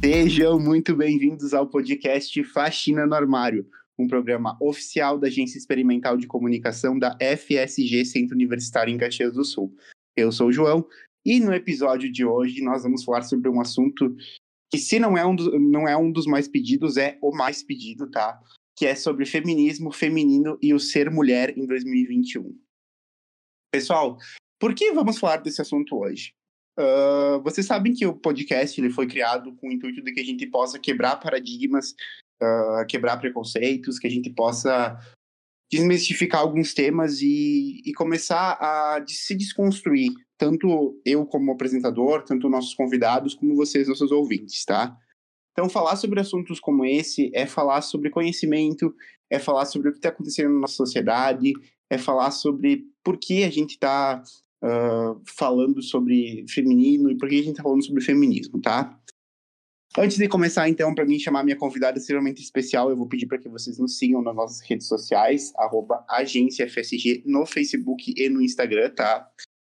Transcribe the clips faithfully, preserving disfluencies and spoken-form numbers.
Sejam muito bem-vindos ao podcast Faxina no Armário, um programa oficial da Agência Experimental de Comunicação da F S G Centro Universitário em Caxias do Sul. Eu sou o João e no episódio de hoje nós vamos falar sobre um assunto que, se não é um, do, não é um dos mais pedidos, é o mais pedido, tá? Que é sobre feminismo feminino e o ser mulher em dois mil e vinte e um. Pessoal, por que vamos falar desse assunto hoje? Uh, vocês sabem que o podcast ele foi criado com o intuito de que a gente possa quebrar paradigmas, uh, quebrar preconceitos, que a gente possa desmistificar alguns temas e, e começar a se desconstruir, tanto eu como apresentador, tanto nossos convidados, como vocês, nossos ouvintes, tá? Então, falar sobre assuntos como esse é falar sobre conhecimento, é falar sobre o que está acontecendo na nossa sociedade, é falar sobre por que a gente está uh, falando sobre feminino e por que a gente está falando sobre feminismo, tá? Antes de começar, então, para mim chamar minha convidada extremamente especial, eu vou pedir para que vocês nos sigam nas nossas redes sociais, arroba Agência F S G, no Facebook e no Instagram, tá?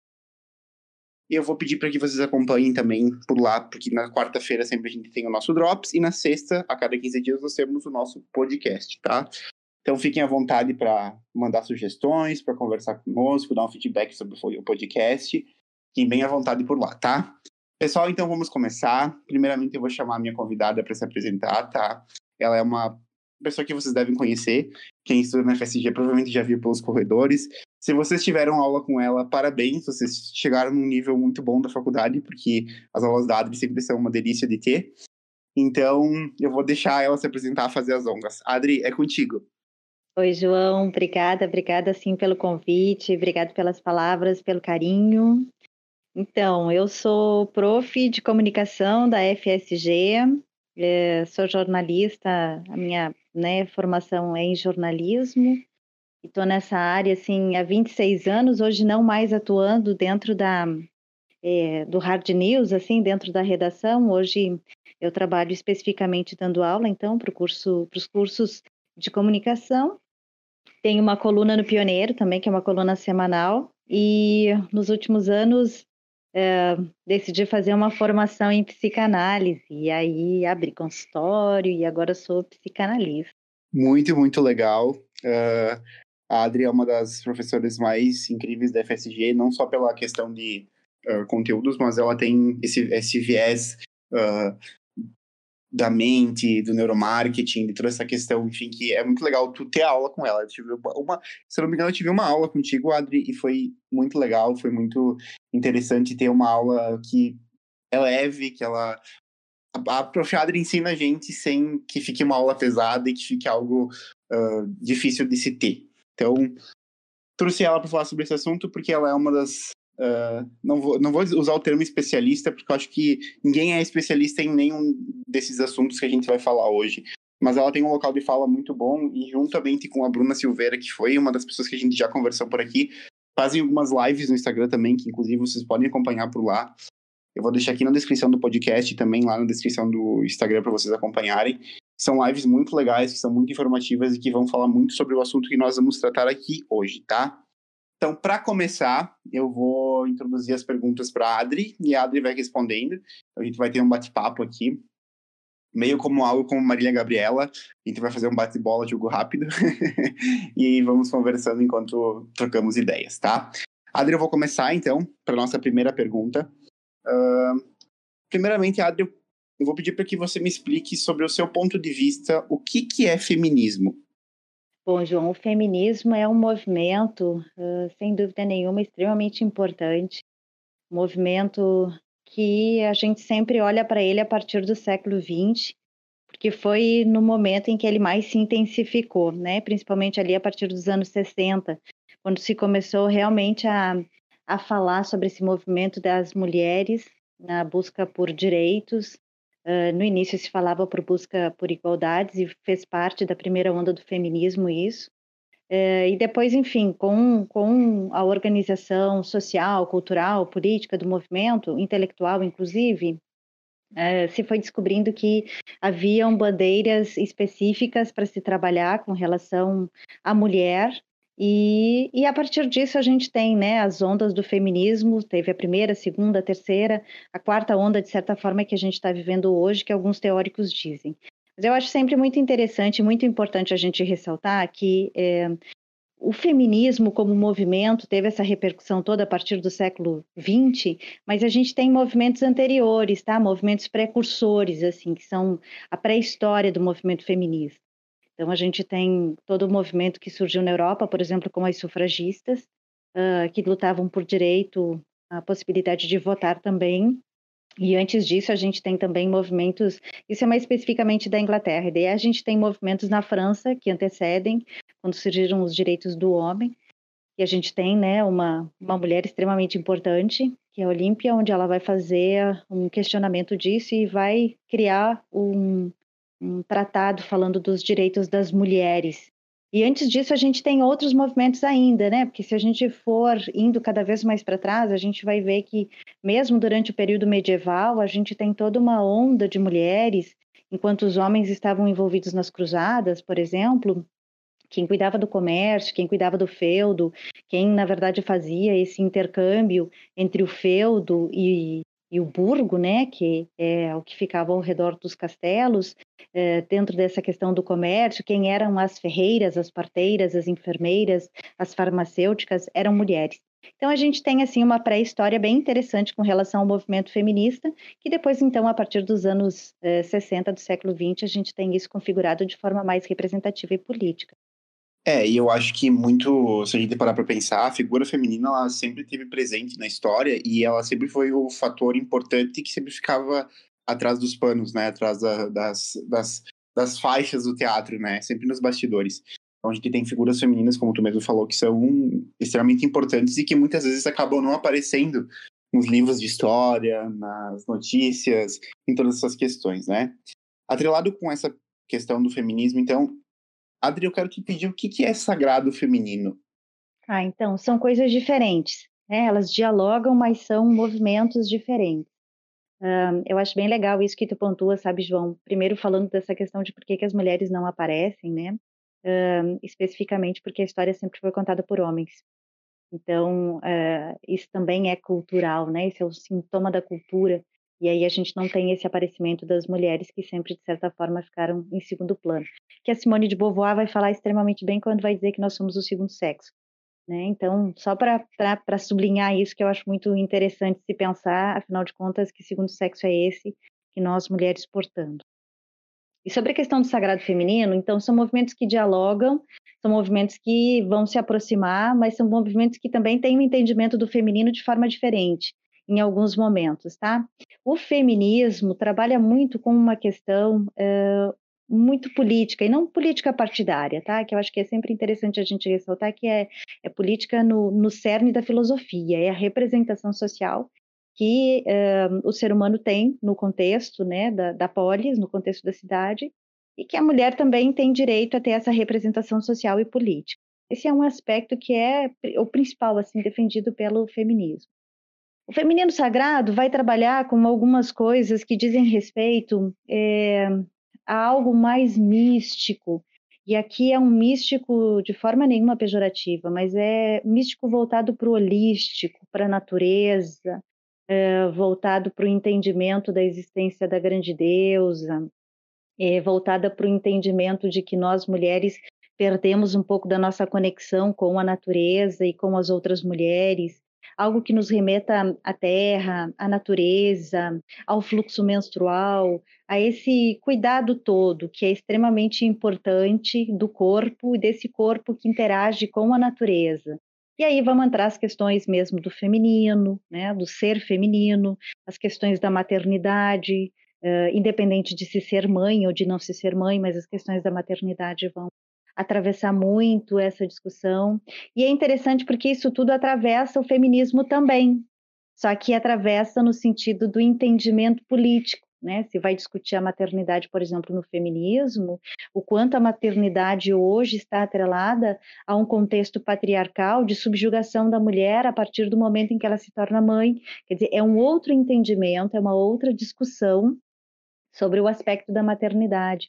E eu vou pedir para que vocês acompanhem também por lá, porque na quarta-feira sempre a gente tem o nosso Drops, e na sexta, a cada quinze dias, nós temos o nosso podcast, tá? Então fiquem à vontade para mandar sugestões, para conversar conosco, dar um feedback sobre o podcast. Fiquem bem à vontade por lá, tá? Pessoal, então vamos começar. Primeiramente eu vou chamar a minha convidada para se apresentar, tá? Ela é uma pessoa que vocês devem conhecer. Quem estuda na F S G provavelmente já viu pelos corredores. Se vocês tiveram aula com ela, parabéns. Vocês chegaram num nível muito bom da faculdade, porque as aulas da Adri sempre são uma delícia de ter. Então, eu vou deixar ela se apresentar, fazer as honras. Adri, é contigo. Oi, João. Obrigada, obrigada, sim, pelo convite. Obrigada pelas palavras, pelo carinho. Então, eu sou prof de comunicação da F S G, é, sou jornalista, a minha né, formação é em jornalismo, e estou nessa área assim, há vinte e seis anos, hoje não mais atuando dentro da, é, do Hard News, assim, dentro da redação. Hoje eu trabalho especificamente dando aula, então, para curso, os cursos de comunicação. Tenho uma coluna no Pioneiro também, que é uma coluna semanal, e nos últimos anos é, decidi fazer uma formação em psicanálise, e aí abri consultório, e agora sou psicanalista. Muito, muito legal. Uh, a Adri é uma das professoras mais incríveis da F S G, não só pela questão de uh, conteúdos, mas ela tem esse, esse viés uh, da mente, do neuromarketing, de toda essa questão, enfim, que é muito legal tu ter aula com ela. Eu tive uma, se não me engano, eu tive uma aula contigo, Adri, e foi muito legal, foi muito interessante ter uma aula que é leve, que ela... A, a prof. Adri ensina a gente sem que fique uma aula pesada e que fique algo uh, difícil de se ter. Então, trouxe ela para falar sobre esse assunto porque ela é uma das... Uh, não, vou, não vou usar o termo especialista, porque eu acho que ninguém é especialista em nenhum desses assuntos que a gente vai falar hoje. Mas ela tem um local de fala muito bom e, juntamente com a Bruna Silveira, que foi uma das pessoas que a gente já conversou por aqui, fazem algumas lives no Instagram também, que inclusive vocês podem acompanhar por lá. Eu vou deixar aqui na descrição do podcast e também lá na descrição do Instagram para vocês acompanharem. São lives muito legais, que são muito informativas e que vão falar muito sobre o assunto que nós vamos tratar aqui hoje, tá? Então, para começar, eu vou introduzir as perguntas para a Adri, e a Adri vai respondendo. A gente vai ter um bate-papo aqui, meio como algo como Marília Gabriela. A gente vai fazer um bate-bola, jogo rápido, e vamos conversando enquanto trocamos ideias, tá? Adri, eu vou começar, então, para nossa primeira pergunta. Uh, primeiramente, Adri, eu vou pedir para que você me explique sobre o seu ponto de vista, o que, que é feminismo? Bom, João, o feminismo é um movimento, uh, sem dúvida nenhuma, extremamente importante. Um movimento que a gente sempre olha para ele a partir do século vinte, porque foi no momento em que ele mais se intensificou, né? Principalmente ali a partir dos anos sessenta, quando se começou realmente a, a falar sobre esse movimento das mulheres na busca por direitos. Uh, no início se falava por busca por igualdades e fez parte da primeira onda do feminismo isso. Uh, e depois, enfim, com, com a organização social, cultural, política do movimento, intelectual inclusive, uh, se foi descobrindo que haviam bandeiras específicas para se trabalhar com relação à mulher E, e a partir disso a gente tem, né, as ondas do feminismo, teve a primeira, a segunda, a terceira, a quarta onda, de certa forma, que a gente está vivendo hoje, que alguns teóricos dizem. Mas eu acho sempre muito interessante, muito importante a gente ressaltar que é, o feminismo como movimento teve essa repercussão toda a partir do século vinte, mas a gente tem movimentos anteriores, tá? Movimentos precursores, assim, que são a pré-história do movimento feminista. Então, a gente tem todo o movimento que surgiu na Europa, por exemplo, com as sufragistas, uh, que lutavam por direito, a possibilidade de votar também. E antes disso, a gente tem também movimentos, isso é mais especificamente da Inglaterra, e daí a gente tem movimentos na França que antecedem, quando surgiram os direitos do homem, e a gente tem, né, uma, uma mulher extremamente importante, que é a Olímpia, onde ela vai fazer um questionamento disso e vai criar um, um tratado falando dos direitos das mulheres. E antes disso, a gente tem outros movimentos ainda, né? Porque se a gente for indo cada vez mais para trás, a gente vai ver que, mesmo durante o período medieval, a gente tem toda uma onda de mulheres, enquanto os homens estavam envolvidos nas cruzadas, por exemplo, quem cuidava do comércio, quem cuidava do feudo, quem, na verdade, fazia esse intercâmbio entre o feudo e, e o burgo, né, que é o que ficava ao redor dos castelos, é, dentro dessa questão do comércio, quem eram as ferreiras, as parteiras, as enfermeiras, as farmacêuticas, eram mulheres. Então, a gente tem, assim, uma pré-história bem interessante com relação ao movimento feminista, que depois, então, a partir dos anos eh, sessenta do século vinte, a gente tem isso configurado de forma mais representativa e política. É, e eu acho que muito, se a gente parar para pensar, a figura feminina ela sempre esteve presente na história e ela sempre foi o fator importante que sempre ficava atrás dos panos, né? Atrás da, das, das, das faixas do teatro, né? Sempre nos bastidores. Então a gente tem figuras femininas, como tu mesmo falou, que são extremamente importantes e que muitas vezes acabam não aparecendo nos livros de história, nas notícias, em todas essas questões, né? Atrelado com essa questão do feminismo, então, Adri, eu quero te pedir o que que é sagrado feminino. Ah, então, são coisas diferentes, né? Elas dialogam, mas são movimentos diferentes. Um, eu acho bem legal isso que tu pontua, sabe, João? Primeiro falando dessa questão de por que, que as mulheres não aparecem, né? Um, especificamente porque a história sempre foi contada por homens. Então, uh, isso também é cultural, né? Isso é o sintoma da cultura. E aí a gente não tem esse aparecimento das mulheres que sempre, de certa forma, ficaram em segundo plano. Que a Simone de Beauvoir vai falar extremamente bem quando vai dizer que nós somos o segundo sexo. Né? Então, só para sublinhar isso, que eu acho muito interessante se pensar, afinal de contas, que segundo sexo é esse que nós mulheres portamos. E sobre a questão do sagrado feminino, então, são movimentos que dialogam, são movimentos que vão se aproximar, mas são movimentos que também têm um entendimento do feminino de forma diferente, em alguns momentos, tá? O feminismo trabalha muito com uma questão uh, muito política, e não política partidária, tá? Que eu acho que é sempre interessante a gente ressaltar que é, é política no, no cerne da filosofia, é a representação social que uh, o ser humano tem no contexto, né, da, da polis, no contexto da cidade, e que a mulher também tem direito a ter essa representação social e política. Esse é um aspecto que é o principal, assim, defendido pelo feminismo. O feminino sagrado vai trabalhar com algumas coisas que dizem respeito é, a algo mais místico, e aqui é um místico de forma nenhuma pejorativa, mas é místico voltado para o holístico, para a natureza, é, voltado para o entendimento da existência da grande deusa, é, voltada para o entendimento de que nós mulheres perdemos um pouco da nossa conexão com a natureza e com as outras mulheres, algo que nos remeta à terra, à natureza, ao fluxo menstrual, a esse cuidado todo que é extremamente importante do corpo e desse corpo que interage com a natureza. E aí vamos entrar as questões mesmo do feminino, né, do ser feminino, as questões da maternidade, uh, independente de se ser mãe ou de não se ser mãe, mas as questões da maternidade vão atravessar muito essa discussão. E é interessante porque isso tudo atravessa o feminismo também, só que atravessa no sentido do entendimento político. Né? Se vai discutir a maternidade, por exemplo, no feminismo, o quanto a maternidade hoje está atrelada a um contexto patriarcal de subjugação da mulher a partir do momento em que ela se torna mãe. Quer dizer, é um outro entendimento, é uma outra discussão sobre o aspecto da maternidade,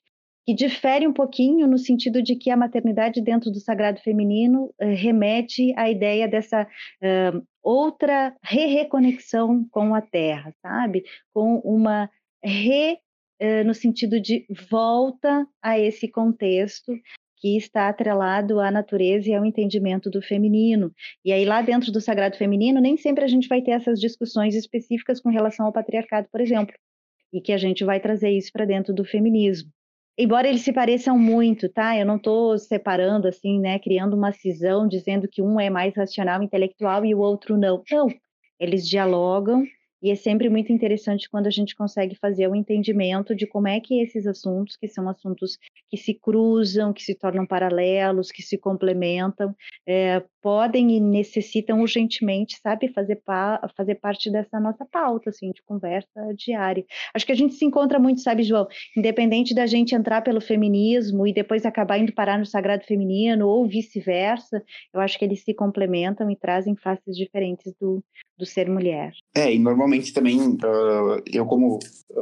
que difere um pouquinho no sentido de que a maternidade dentro do sagrado feminino eh, remete à ideia dessa uh, outra re-reconexão com a terra, sabe? Com uma re, uh, no sentido de volta a esse contexto que está atrelado à natureza e ao entendimento do feminino. E aí lá dentro do sagrado feminino, nem sempre a gente vai ter essas discussões específicas com relação ao patriarcado, por exemplo, e que a gente vai trazer isso para dentro do feminismo. Embora eles se pareçam muito, tá? Eu não estou separando assim, né? Criando uma cisão, dizendo que um é mais racional, intelectual e o outro não. Não, eles dialogam e é sempre muito interessante quando a gente consegue fazer o entendimento de como é que esses assuntos, que são assuntos que se cruzam, que se tornam paralelos, que se complementam, é, podem e necessitam urgentemente, sabe, fazer, pa fazer parte dessa nossa pauta, assim, de conversa diária. Acho que a gente se encontra muito, sabe, João? Independente da gente entrar pelo feminismo e depois acabar indo parar no sagrado feminino ou vice-versa, eu acho que eles se complementam e trazem faces diferentes do, do ser mulher. É, e normalmente também, uh, eu como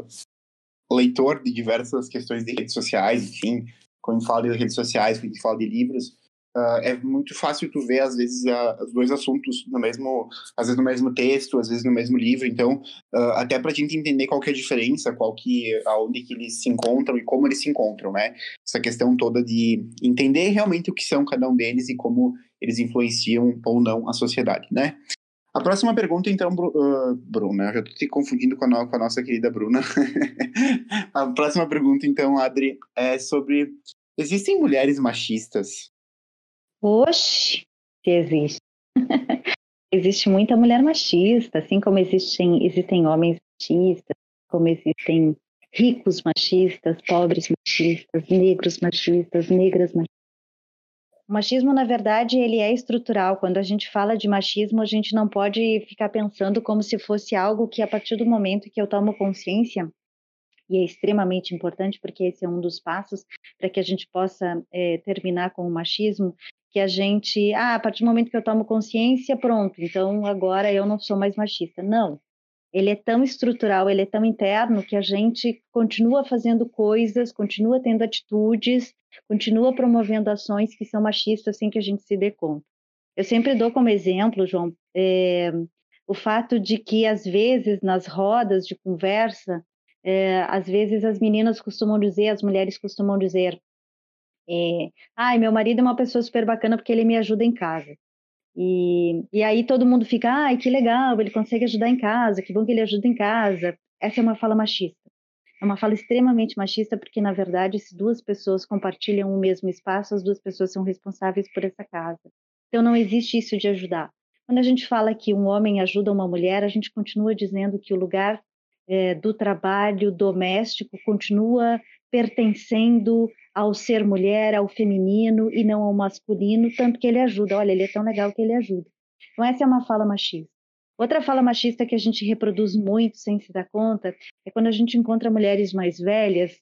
leitor de diversas questões de redes sociais, enfim, quando falo de redes sociais, quando falo de livros, uh, é muito fácil tu ver, às vezes, uh, os dois assuntos no mesmo, às vezes no mesmo texto, às vezes no mesmo livro, então, uh, até pra gente entender qual que é a diferença, qual que, aonde que eles se encontram e como eles se encontram, né? Essa questão toda de entender realmente o que são cada um deles e como eles influenciam ou não a sociedade, né? A próxima pergunta, então, uh, Bruna, eu já estou te confundindo com a, no, com a nossa querida Bruna. A próxima pergunta, então, Adri, é sobre: existem mulheres machistas? Oxe, se existe. Existe muita mulher machista, assim como existem, existem homens machistas, como existem ricos machistas, pobres machistas, negros machistas, negras machistas. O machismo, na verdade, ele é estrutural. Quando a gente fala de machismo, a gente não pode ficar pensando como se fosse algo que, a partir do momento que eu tomo consciência, e é extremamente importante, porque esse é um dos passos para que a gente possa é, terminar com o machismo, que a gente, ah, a partir do momento que eu tomo consciência, pronto, então agora eu não sou mais machista. Não. Ele é tão estrutural, ele é tão interno que a gente continua fazendo coisas, continua tendo atitudes, continua promovendo ações que são machistas sem que a gente se dê conta. Eu sempre dou como exemplo, João, é, o fato de que às vezes nas rodas de conversa, é, às vezes as meninas costumam dizer, as mulheres costumam dizer, é, ai, meu marido é uma pessoa super bacana porque ele me ajuda em casa. E, e aí todo mundo fica, ai, que legal, ele consegue ajudar em casa, que bom que ele ajuda em casa. Essa é uma fala machista. É uma fala extremamente machista, porque, na verdade, se duas pessoas compartilham o mesmo espaço, as duas pessoas são responsáveis por essa casa. Então, não existe isso de ajudar. Quando a gente fala que um homem ajuda uma mulher, a gente continua dizendo que o lugar é, do trabalho doméstico continua pertencendo ao ser mulher, ao feminino e não ao masculino, tanto que ele ajuda. Olha, ele é tão legal que ele ajuda. Então, essa é uma fala machista. Outra fala machista que a gente reproduz muito sem se dar conta é quando a gente encontra mulheres mais velhas,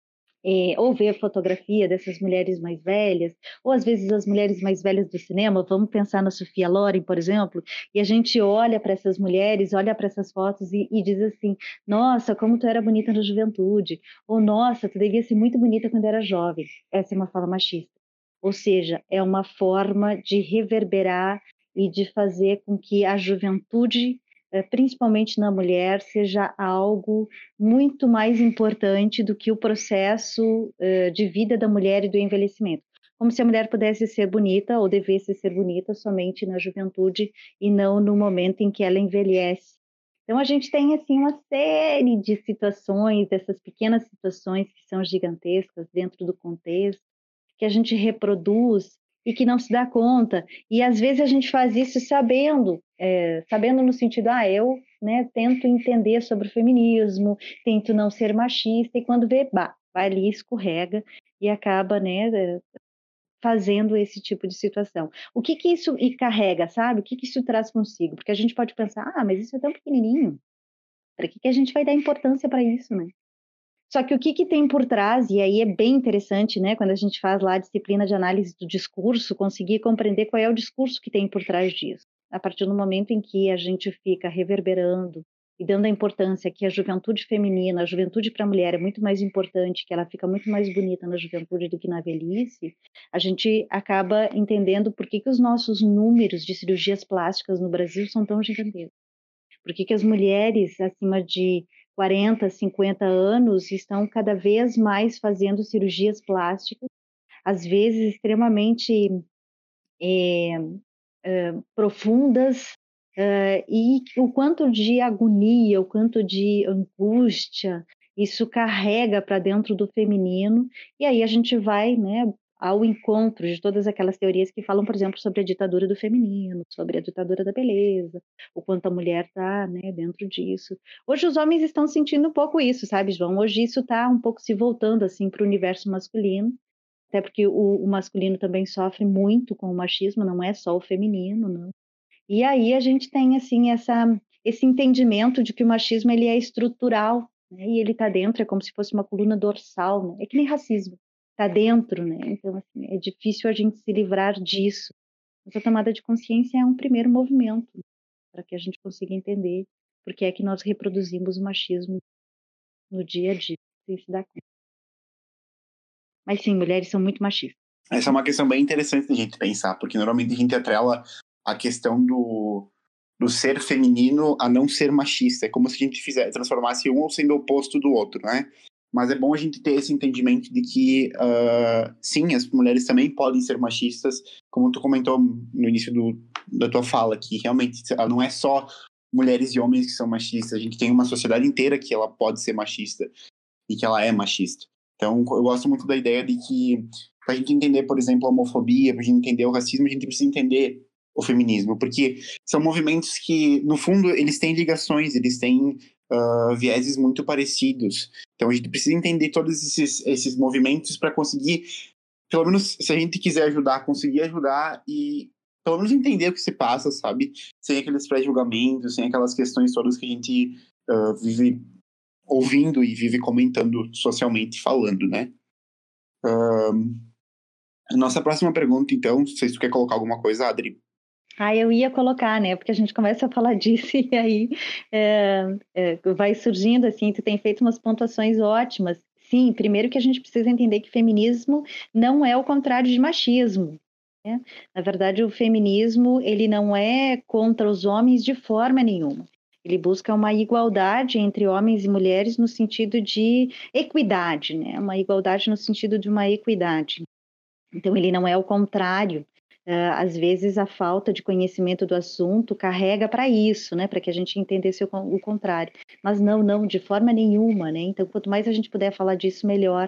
é, ou vê a fotografia dessas mulheres mais velhas, ou às vezes as mulheres mais velhas do cinema, vamos pensar na Sophia Loren, por exemplo, e a gente olha para essas mulheres, olha para essas fotos e, e diz assim, nossa, como tu era bonita na juventude, ou nossa, tu devia ser muito bonita quando era jovem. Essa é uma fala machista. Ou seja, é uma forma de reverberar e de fazer com que a juventude, principalmente na mulher, seja algo muito mais importante do que o processo de vida da mulher e do envelhecimento. Como se a mulher pudesse ser bonita ou devesse ser bonita somente na juventude e não no momento em que ela envelhece. Então a gente tem assim uma série de situações, essas pequenas situações que são gigantescas dentro do contexto, que a gente reproduz e que não se dá conta. E às vezes a gente faz isso sabendo, é, sabendo no sentido, ah, eu né, tento entender sobre o feminismo, tento não ser machista, e quando vê, bah, vai ali, escorrega e acaba, né, fazendo esse tipo de situação. O que que isso e carrega, sabe? O que que isso traz consigo? Porque a gente pode pensar, ah, mas isso é tão pequenininho, para que que a gente vai dar importância para isso, né? Só que o que que tem por trás, e aí é bem interessante, né, quando a gente faz lá a disciplina de análise do discurso, conseguir compreender qual é o discurso que tem por trás disso. A partir do momento em que a gente fica reverberando e dando a importância que a juventude feminina, a juventude para a mulher é muito mais importante, que ela fica muito mais bonita na juventude do que na velhice, a gente acaba entendendo por que, que os nossos números de cirurgias plásticas no Brasil são tão gigantescos. Por que, que as mulheres acima de quarenta, cinquenta anos estão cada vez mais fazendo cirurgias plásticas, às vezes extremamente é, é, profundas, é, e o quanto de agonia, o quanto de angústia isso carrega para dentro do feminino, e aí a gente vai, né, ao encontro de todas aquelas teorias que falam, por exemplo, sobre a ditadura do feminino, sobre a ditadura da beleza, o quanto a mulher está, né, dentro disso. Hoje os homens estão sentindo um pouco isso, sabe, João? Hoje isso está um pouco se voltando assim para o universo masculino, até porque o, o masculino também sofre muito com o machismo, não é só o feminino, não. E aí a gente tem assim essa, esse entendimento de que o machismo ele é estrutural, né? E ele está dentro, é como se fosse uma coluna dorsal, né? É que nem racismo, está dentro, né? Então assim, é difícil a gente se livrar disso. Mas a tomada de consciência é um primeiro movimento, né? Para que a gente consiga entender por que é que nós reproduzimos o machismo no dia a dia, sem se dar conta. Mas sim, mulheres são muito machistas. Essa é uma questão bem interessante da gente pensar, porque normalmente a gente atrela a questão do, do ser feminino a não ser machista. É como se a gente fizesse, transformasse um sendo oposto do outro, né? Mas é bom a gente ter esse entendimento de que, uh, sim, as mulheres também podem ser machistas, como tu comentou no início do, da tua fala, que realmente não é só mulheres e homens que são machistas, a gente tem uma sociedade inteira que ela pode ser machista e que ela é machista. Então, eu gosto muito da ideia de que, para a gente entender, por exemplo, a homofobia, para a gente entender o racismo, a gente precisa entender o feminismo, porque são movimentos que, no fundo, eles têm ligações, eles têm uh, vieses muito parecidos. Então, a gente precisa entender todos esses, esses movimentos para conseguir, pelo menos, se a gente quiser ajudar, conseguir ajudar e, pelo menos, entender o que se passa, sabe? Sem aqueles pré-julgamentos, sem aquelas questões todas que a gente uh, vive ouvindo e vive comentando socialmente, falando, né? Uh, a nossa próxima pergunta, então, não sei se tu quer colocar alguma coisa, Adri. Ah, eu ia colocar, né? Porque a gente começa a falar disso e aí é, é, vai surgindo assim, tu tem feito umas pontuações ótimas. Sim, primeiro que a gente precisa entender que feminismo não é o contrário de machismo, né? Na verdade, o feminismo, ele não é contra os homens de forma nenhuma. Ele busca uma igualdade entre homens e mulheres no sentido de equidade, né? Uma igualdade no sentido de uma equidade. Então, ele não é o contrário. Uh, às vezes a falta de conhecimento do assunto carrega para isso, né, para que a gente entendesse o, o contrário, mas não, não, de forma nenhuma, né, então quanto mais a gente puder falar disso, melhor.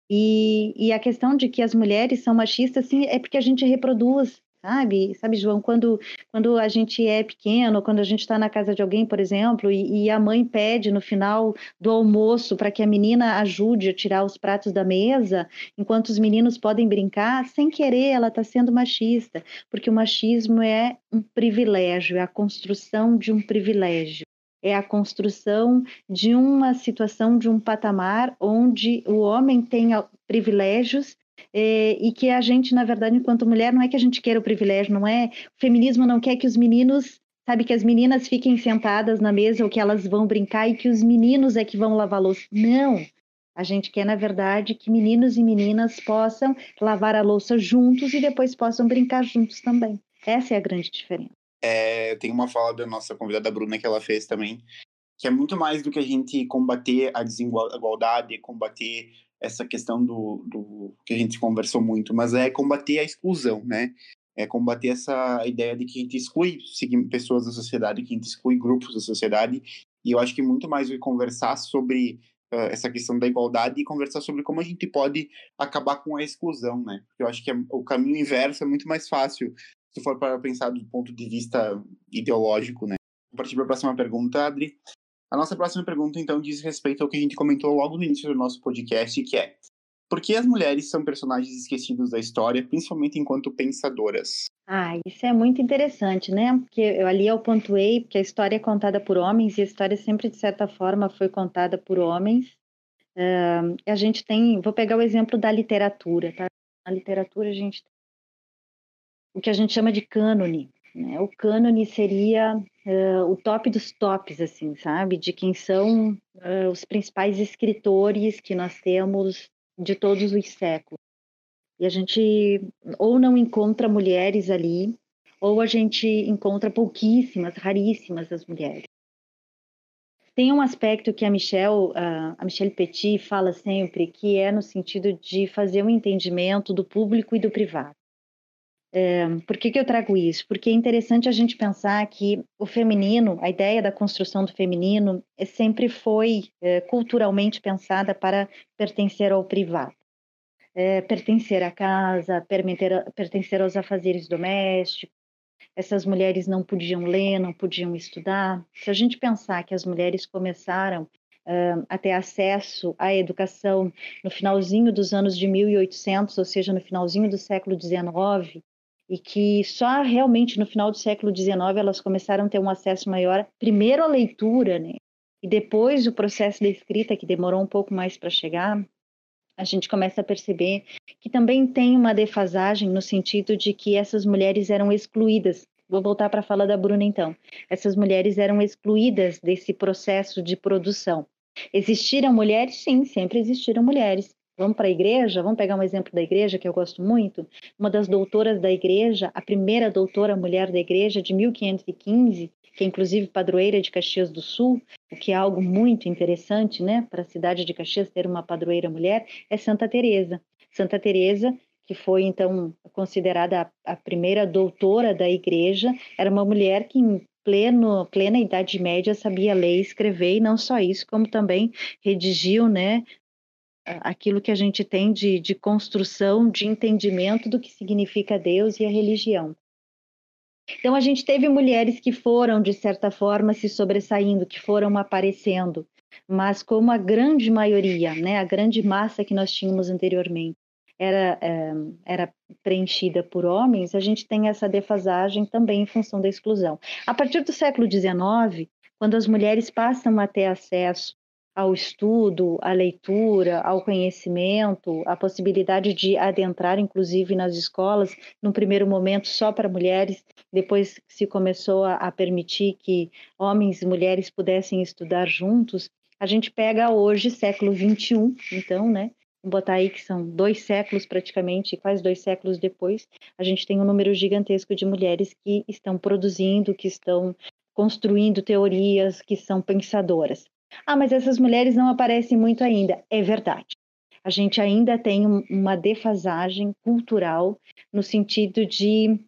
E, e a questão de que as mulheres são machistas, sim, é porque a gente reproduz, sabe, sabe, João, quando, quando a gente é pequeno, quando a gente está na casa de alguém, por exemplo, e, e a mãe pede no final do almoço para que a menina ajude a tirar os pratos da mesa, enquanto os meninos podem brincar, sem querer ela está sendo machista, porque o machismo é um privilégio, é a construção de um privilégio. É a construção de uma situação, de um patamar onde o homem tem privilégios é, e que a gente, na verdade, enquanto mulher, não é que a gente queira o privilégio, não é? O feminismo não quer que os meninos, sabe, que as meninas fiquem sentadas na mesa ou que elas vão brincar e que os meninos é que vão lavar louça. Não! A gente quer, na verdade, que meninos e meninas possam lavar a louça juntos e depois possam brincar juntos também. Essa é a grande diferença. É, tem uma fala da nossa convidada Bruna que ela fez também, que é muito mais do que a gente combater a desigualdade, combater essa questão do, do que a gente conversou muito, mas é combater a exclusão, né? É combater essa ideia de que a gente exclui pessoas da sociedade, que a gente exclui grupos da sociedade, e eu acho que muito mais do que conversar sobre uh, essa questão da igualdade e conversar sobre como a gente pode acabar com a exclusão, né? Porque eu acho que é, o caminho inverso é muito mais fácil se for para pensar do ponto de vista ideológico, né? Vou partir para a próxima pergunta, Adri. A nossa próxima pergunta, então, diz respeito ao que a gente comentou logo no início do nosso podcast, que é: por que as mulheres são personagens esquecidos da história, principalmente enquanto pensadoras? Ah, isso é muito interessante, né? Porque eu, ali eu pontuei que a história é contada por homens e a história sempre, de certa forma, foi contada por homens. Uh, a gente tem, vou pegar o exemplo da literatura, tá? Na literatura a gente tem o que a gente chama de cânone, né? O cânone seria uh, o top dos tops, assim, sabe? De quem são uh, os principais escritores que nós temos de todos os séculos. E a gente ou não encontra mulheres ali, ou a gente encontra pouquíssimas, raríssimas as mulheres. Tem um aspecto que a Michelle, a Michelle Petit fala sempre, que é no sentido de fazer um entendimento do público e do privado. É, por que que eu trago isso? Porque é interessante a gente pensar que o feminino, a ideia da construção do feminino, é, sempre foi é, culturalmente pensada para pertencer ao privado. É, pertencer à casa, pertencer, pertencer aos afazeres domésticos. Essas mulheres não podiam ler, não podiam estudar. Se a gente pensar que as mulheres começaram uh, a ter acesso à educação no finalzinho dos anos de mil e oitocentos, ou seja, no finalzinho do século dezenove, e que só realmente no final do século dezenove elas começaram a ter um acesso maior, primeiro à leitura, né? E depois o processo da escrita, que demorou um pouco mais para chegar, a gente começa a perceber que também tem uma defasagem no sentido de que essas mulheres eram excluídas. Vou voltar para a fala da Bruna, então. Essas mulheres eram excluídas desse processo de produção. Existiram mulheres? Sim, sempre existiram mulheres. Vamos para a igreja? Vamos pegar um exemplo da igreja, que eu gosto muito. Uma das doutoras da igreja, a primeira doutora mulher da igreja, de mil quinhentos e quinze, que é inclusive padroeira de Caxias do Sul, o que é algo muito interessante, né, para a cidade de Caxias ter uma padroeira mulher, é Santa Teresa. Santa Teresa, que foi então considerada a, a primeira doutora da igreja, era uma mulher que em pleno, plena Idade Média sabia ler e escrever, e não só isso, como também redigiu, né, aquilo que a gente tem de, de construção, de entendimento do que significa Deus e a religião. Então, a gente teve mulheres que foram, de certa forma, se sobressaindo, que foram aparecendo, mas como a grande maioria, né, a grande massa que nós tínhamos anteriormente, era, é, era preenchida por homens, a gente tem essa defasagem também em função da exclusão. A partir do século dezenove, quando as mulheres passam a ter acesso ao estudo, à leitura, ao conhecimento, a possibilidade de adentrar, inclusive, nas escolas, num primeiro momento só para mulheres, depois se começou a, a permitir que homens e mulheres pudessem estudar juntos, a gente pega hoje, século vinte e um, então, né, vamos botar aí que são dois séculos praticamente, quase dois séculos depois, a gente tem um número gigantesco de mulheres que estão produzindo, que estão construindo teorias, que são pensadoras. Ah, mas essas mulheres não aparecem muito ainda. É verdade. A gente ainda tem uma defasagem cultural no sentido de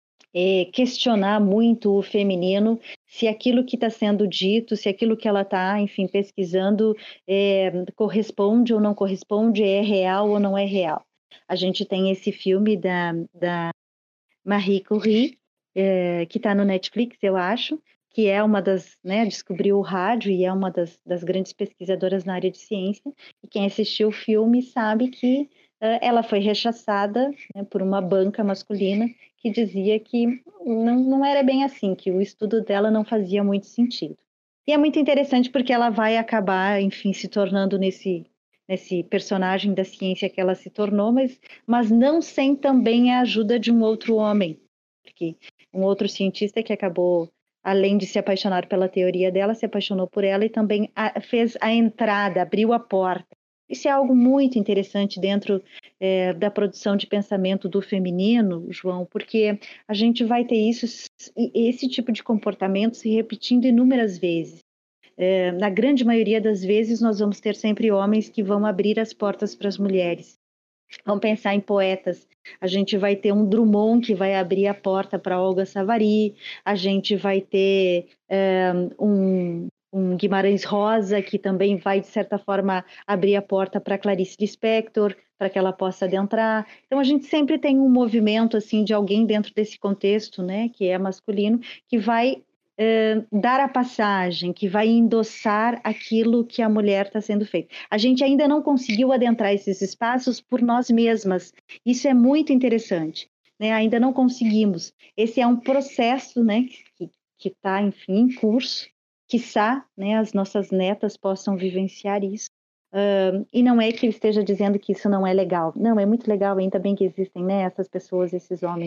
é, questionar muito o feminino, se aquilo que está sendo dito, se aquilo que ela está, enfim, pesquisando é, corresponde ou não corresponde, é real ou não é real. A gente tem esse filme da, da Marie Curie, é, que está no Netflix, eu acho, que é uma das, né, descobriu o rádio e é uma das, das grandes pesquisadoras na área de ciência, e quem assistiu o filme sabe que uh, ela foi rechaçada, né, por uma banca masculina que dizia que não, não era bem assim, que o estudo dela não fazia muito sentido. E é muito interessante porque ela vai acabar, enfim, se tornando nesse, nesse personagem da ciência que ela se tornou, mas, mas não sem também a ajuda de um outro homem, porque um outro cientista que acabou, além de se apaixonar pela teoria dela, se apaixonou por ela e também a, fez a entrada, abriu a porta. Isso é algo muito interessante dentro é, da produção de pensamento do feminino, João, porque a gente vai ter isso, esse tipo de comportamento se repetindo inúmeras vezes. É, na grande maioria das vezes, nós vamos ter sempre homens que vão abrir as portas para as mulheres. Vamos pensar em poetas. A gente vai ter um Drummond que vai abrir a porta para Olga Savary, a gente vai ter é, um, um Guimarães Rosa que também vai, de certa forma, abrir a porta para Clarice Lispector, para que ela possa adentrar. Então, a gente sempre tem um movimento assim de alguém dentro desse contexto, né, que é masculino, que vai Uh, dar a passagem, que vai endossar aquilo que a mulher está sendo feita. A gente ainda não conseguiu adentrar esses espaços por nós mesmas. Isso é muito interessante, né? Ainda não conseguimos. Esse é um processo, né, que está, enfim, em curso. Quiçá, né, as nossas netas possam vivenciar isso. Uh, e não é que ele esteja dizendo que isso não é legal. Não, é muito legal, ainda bem que existem, né, essas pessoas, esses homens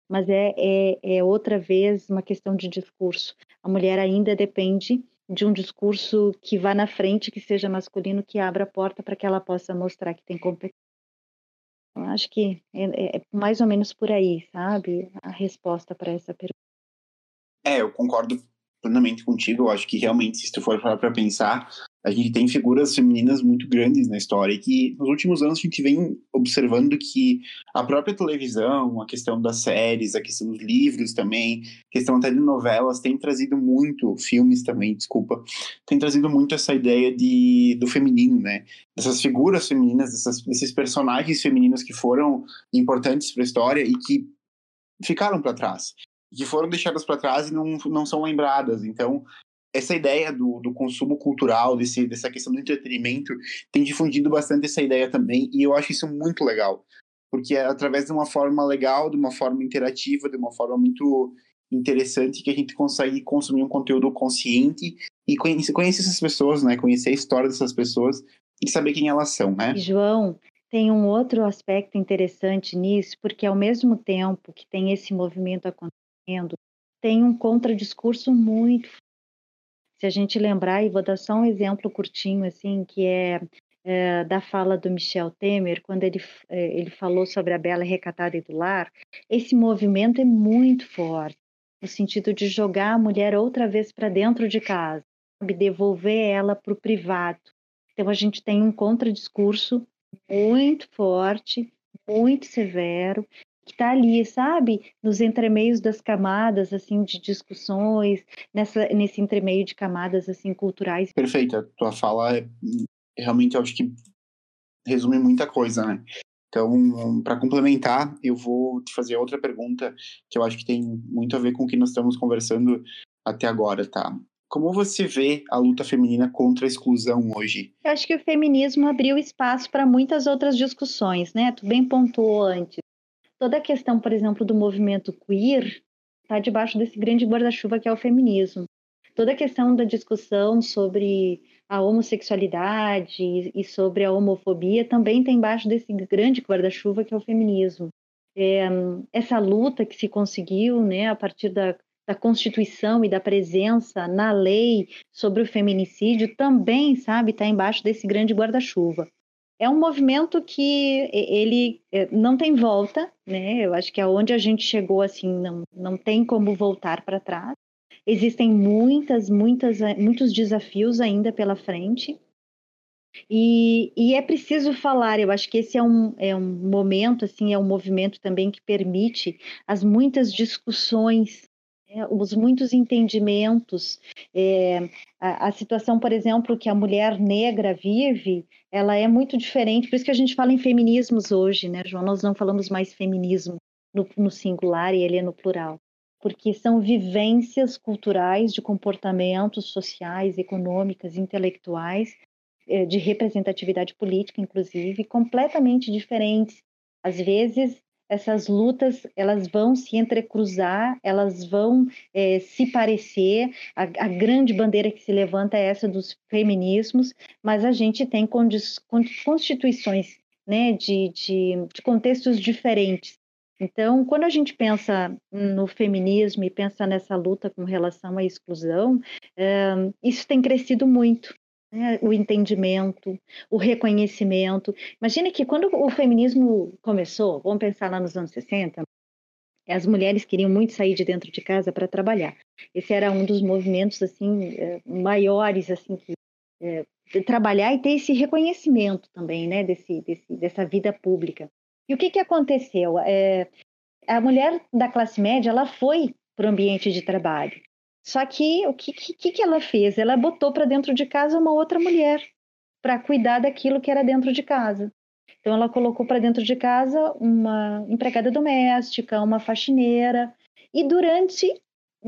mas é, é, é outra vez uma questão de discurso. A mulher ainda depende de um discurso que vá na frente, que seja masculino, que abra a porta para que ela possa mostrar que tem competência. Eu acho que é, é mais ou menos por aí, sabe? A resposta para essa pergunta. É, eu concordo plenamente contigo. Eu acho que realmente, se tu for parar para pensar, a gente tem figuras femininas muito grandes na história e que nos últimos anos a gente vem observando que a própria televisão, a questão das séries, a questão dos livros também, a questão até de novelas, tem trazido muito, filmes também, desculpa, tem trazido muito essa ideia de, do feminino, né? Dessas figuras femininas, dessas, desses personagens femininos que foram importantes para a história e que ficaram para trás, que foram deixadas para trás e não, não são lembradas. Então, essa ideia do, do consumo cultural, desse, dessa questão do entretenimento, tem difundido bastante essa ideia também, e eu acho isso muito legal, porque é através de uma forma legal, de uma forma interativa, de uma forma muito interessante, que a gente consegue consumir um conteúdo consciente e conhecer, conhecer essas pessoas, né? Conhecer a história dessas pessoas e saber quem elas são, né? João, tem um outro aspecto interessante nisso, porque ao mesmo tempo que tem esse movimento acontecendo, tem um contradiscurso muito. Se a gente lembrar, e vou dar só um exemplo curtinho, assim, que é, é da fala do Michel Temer, quando ele, é, ele falou sobre a Bela Recatada e do Lar, esse movimento é muito forte, no sentido de jogar a mulher outra vez para dentro de casa, sabe? Devolver ela para o privado. Então, a gente tem um contradiscurso muito forte, muito severo, que está ali, sabe? Nos entremeios das camadas, assim, de discussões, nessa, nesse entremeio de camadas, assim, culturais. Perfeito, a tua fala é, realmente, eu acho que resume muita coisa, né? Então, para complementar, eu vou te fazer outra pergunta que eu acho que tem muito a ver com o que nós estamos conversando até agora, tá? Como você vê a luta feminina contra a exclusão hoje? Eu acho que o feminismo abriu espaço para muitas outras discussões, né? Tu bem pontuou antes. Toda a questão, por exemplo, do movimento queer está debaixo desse grande guarda-chuva que é o feminismo. Toda a questão da discussão sobre a homossexualidade e sobre a homofobia também está embaixo desse grande guarda-chuva que é o feminismo. É, essa luta que se conseguiu, né, a partir da, da Constituição e da presença na lei sobre o feminicídio também, sabe, está embaixo desse grande guarda-chuva. É um movimento que ele não tem volta, né? Eu acho que aonde a gente chegou, assim, não, não tem como voltar para trás. Existem muitas, muitas, muitos desafios ainda pela frente. E, e é preciso falar, eu acho que esse é um, é um momento, assim, é um movimento também que permite as muitas discussões, né, os muitos entendimentos. É, a, a situação, por exemplo, que a mulher negra vive, ela é muito diferente, por isso que a gente fala em feminismos hoje, né, João? Nós não falamos mais feminismo no, no singular e ele é no plural, porque são vivências culturais de comportamentos sociais, econômicas, intelectuais, de representatividade política, inclusive, completamente diferentes. Às vezes, essas lutas elas vão se entrecruzar, elas vão é, se parecer. A, a grande bandeira que se levanta é essa dos feminismos, mas a gente tem constituições, né, de, de, de contextos diferentes. Então, quando a gente pensa no feminismo e pensa nessa luta com relação à exclusão, é, isso tem crescido muito. Né, o entendimento, o reconhecimento. Imagina que quando o feminismo começou, vamos pensar lá nos anos sessenta, as mulheres queriam muito sair de dentro de casa para trabalhar. Esse era um dos movimentos assim maiores, assim, que é, de trabalhar e ter esse reconhecimento também, né, desse, desse, dessa vida pública. E o que que aconteceu? É, a mulher da classe média, ela foi para o ambiente de trabalho. Só que o que, que, que ela fez? Ela botou para dentro de casa uma outra mulher para cuidar daquilo que era dentro de casa. Então, ela colocou para dentro de casa uma empregada doméstica, uma faxineira, e durante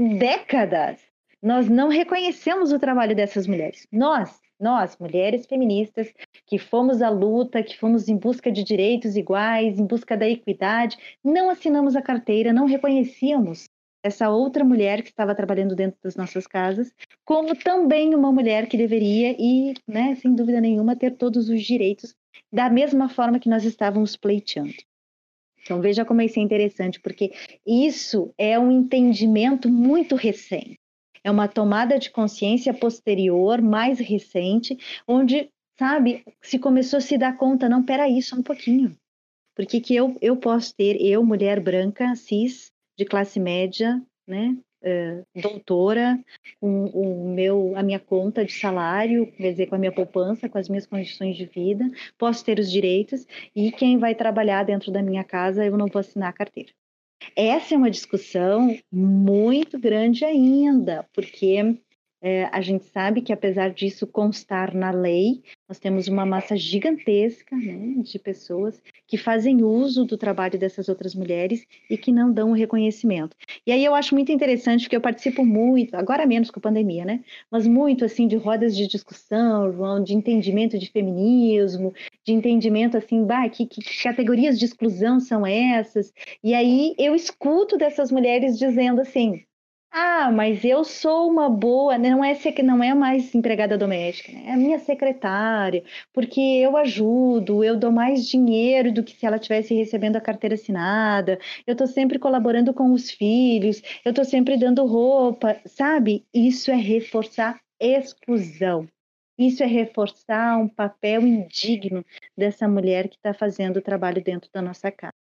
décadas nós não reconhecemos o trabalho dessas mulheres. Nós, nós, mulheres feministas, que fomos à luta, que fomos em busca de direitos iguais, em busca da equidade, não assinamos a carteira, não reconhecíamos essa outra mulher que estava trabalhando dentro das nossas casas, como também uma mulher que deveria e, né, sem dúvida nenhuma, ter todos os direitos da mesma forma que nós estávamos pleiteando. Então, veja como isso é interessante, porque isso é um entendimento muito recente. É uma tomada de consciência posterior, mais recente, onde, sabe, se começou a se dar conta, não, peraí, só um pouquinho. Por que que eu, eu posso ter, eu, mulher branca, cis, de classe média, né, uh, doutora, com o meu, a minha conta de salário, quer dizer, com a minha poupança, com as minhas condições de vida, posso ter os direitos, e quem vai trabalhar dentro da minha casa, eu não vou assinar a carteira. Essa é uma discussão muito grande ainda, porque é, a gente sabe que, apesar disso constar na lei, nós temos uma massa gigantesca, né, de pessoas que fazem uso do trabalho dessas outras mulheres e que não dão o reconhecimento. E aí eu acho muito interessante, porque eu participo muito, agora menos com a pandemia, né, mas muito, assim, de rodas de discussão, João, de entendimento de feminismo, de entendimento, assim, bah, que, que categorias de exclusão são essas? E aí eu escuto dessas mulheres dizendo assim, ah, mas eu sou uma boa, não é que não é mais empregada doméstica, né? É a minha secretária, porque eu ajudo, eu dou mais dinheiro do que se ela estivesse recebendo a carteira assinada, eu estou sempre colaborando com os filhos, eu estou sempre dando roupa, sabe? Isso é reforçar exclusão. Isso é reforçar um papel indigno dessa mulher que está fazendo o trabalho dentro da nossa casa.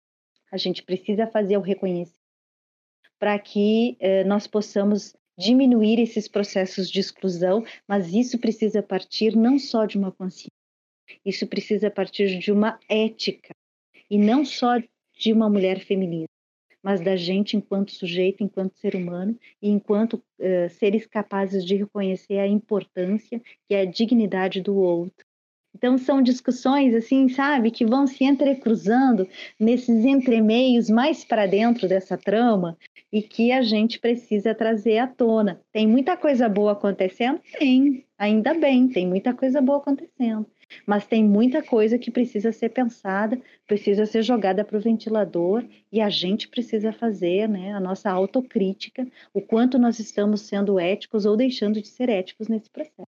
A gente precisa fazer o reconhecimento para que eh, nós possamos diminuir esses processos de exclusão, mas isso precisa partir não só de uma consciência, isso precisa partir de uma ética, e não só de uma mulher feminista, mas da gente enquanto sujeito, enquanto ser humano, e enquanto eh, seres capazes de reconhecer a importância e a dignidade do outro. Então, são discussões, assim, sabe, que vão se entrecruzando nesses entremeios mais para dentro dessa trama e que a gente precisa trazer à tona. Tem muita coisa boa acontecendo? Tem, ainda bem, tem muita coisa boa acontecendo. Mas tem muita coisa que precisa ser pensada, precisa ser jogada para o ventilador e a gente precisa fazer, né, a nossa autocrítica, o quanto nós estamos sendo éticos ou deixando de ser éticos nesse processo.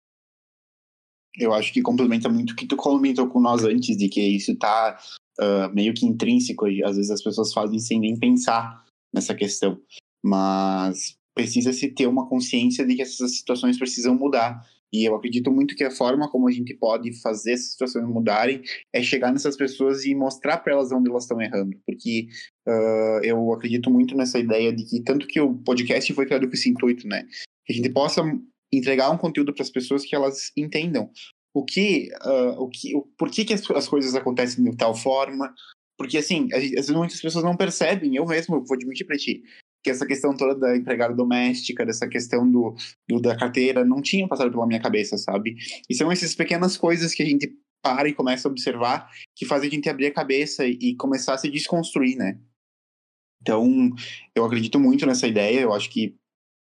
Eu acho que complementa muito o que tu comentou com nós antes, de que isso está uh, meio que intrínseco, e às vezes as pessoas fazem sem nem pensar nessa questão, mas precisa se ter uma consciência de que essas situações precisam mudar, e eu acredito muito que a forma como a gente pode fazer essas situações mudarem é chegar nessas pessoas e mostrar para elas onde elas estão errando, porque uh, eu acredito muito nessa ideia de que, tanto que o podcast foi criado com esse intuito, né, que a gente possa entregar um conteúdo para as pessoas que elas entendam o que, uh, o que, o, por que, que as, as coisas acontecem de tal forma, porque assim, às vezes muitas pessoas não percebem, eu mesmo vou admitir para ti, que essa questão toda da empregada doméstica, dessa questão do, do, da carteira, não tinha passado pela minha cabeça, sabe? E são essas pequenas coisas que a gente para e começa a observar, que fazem a gente abrir a cabeça e, e começar a se desconstruir, né? Então, eu acredito muito nessa ideia, eu acho que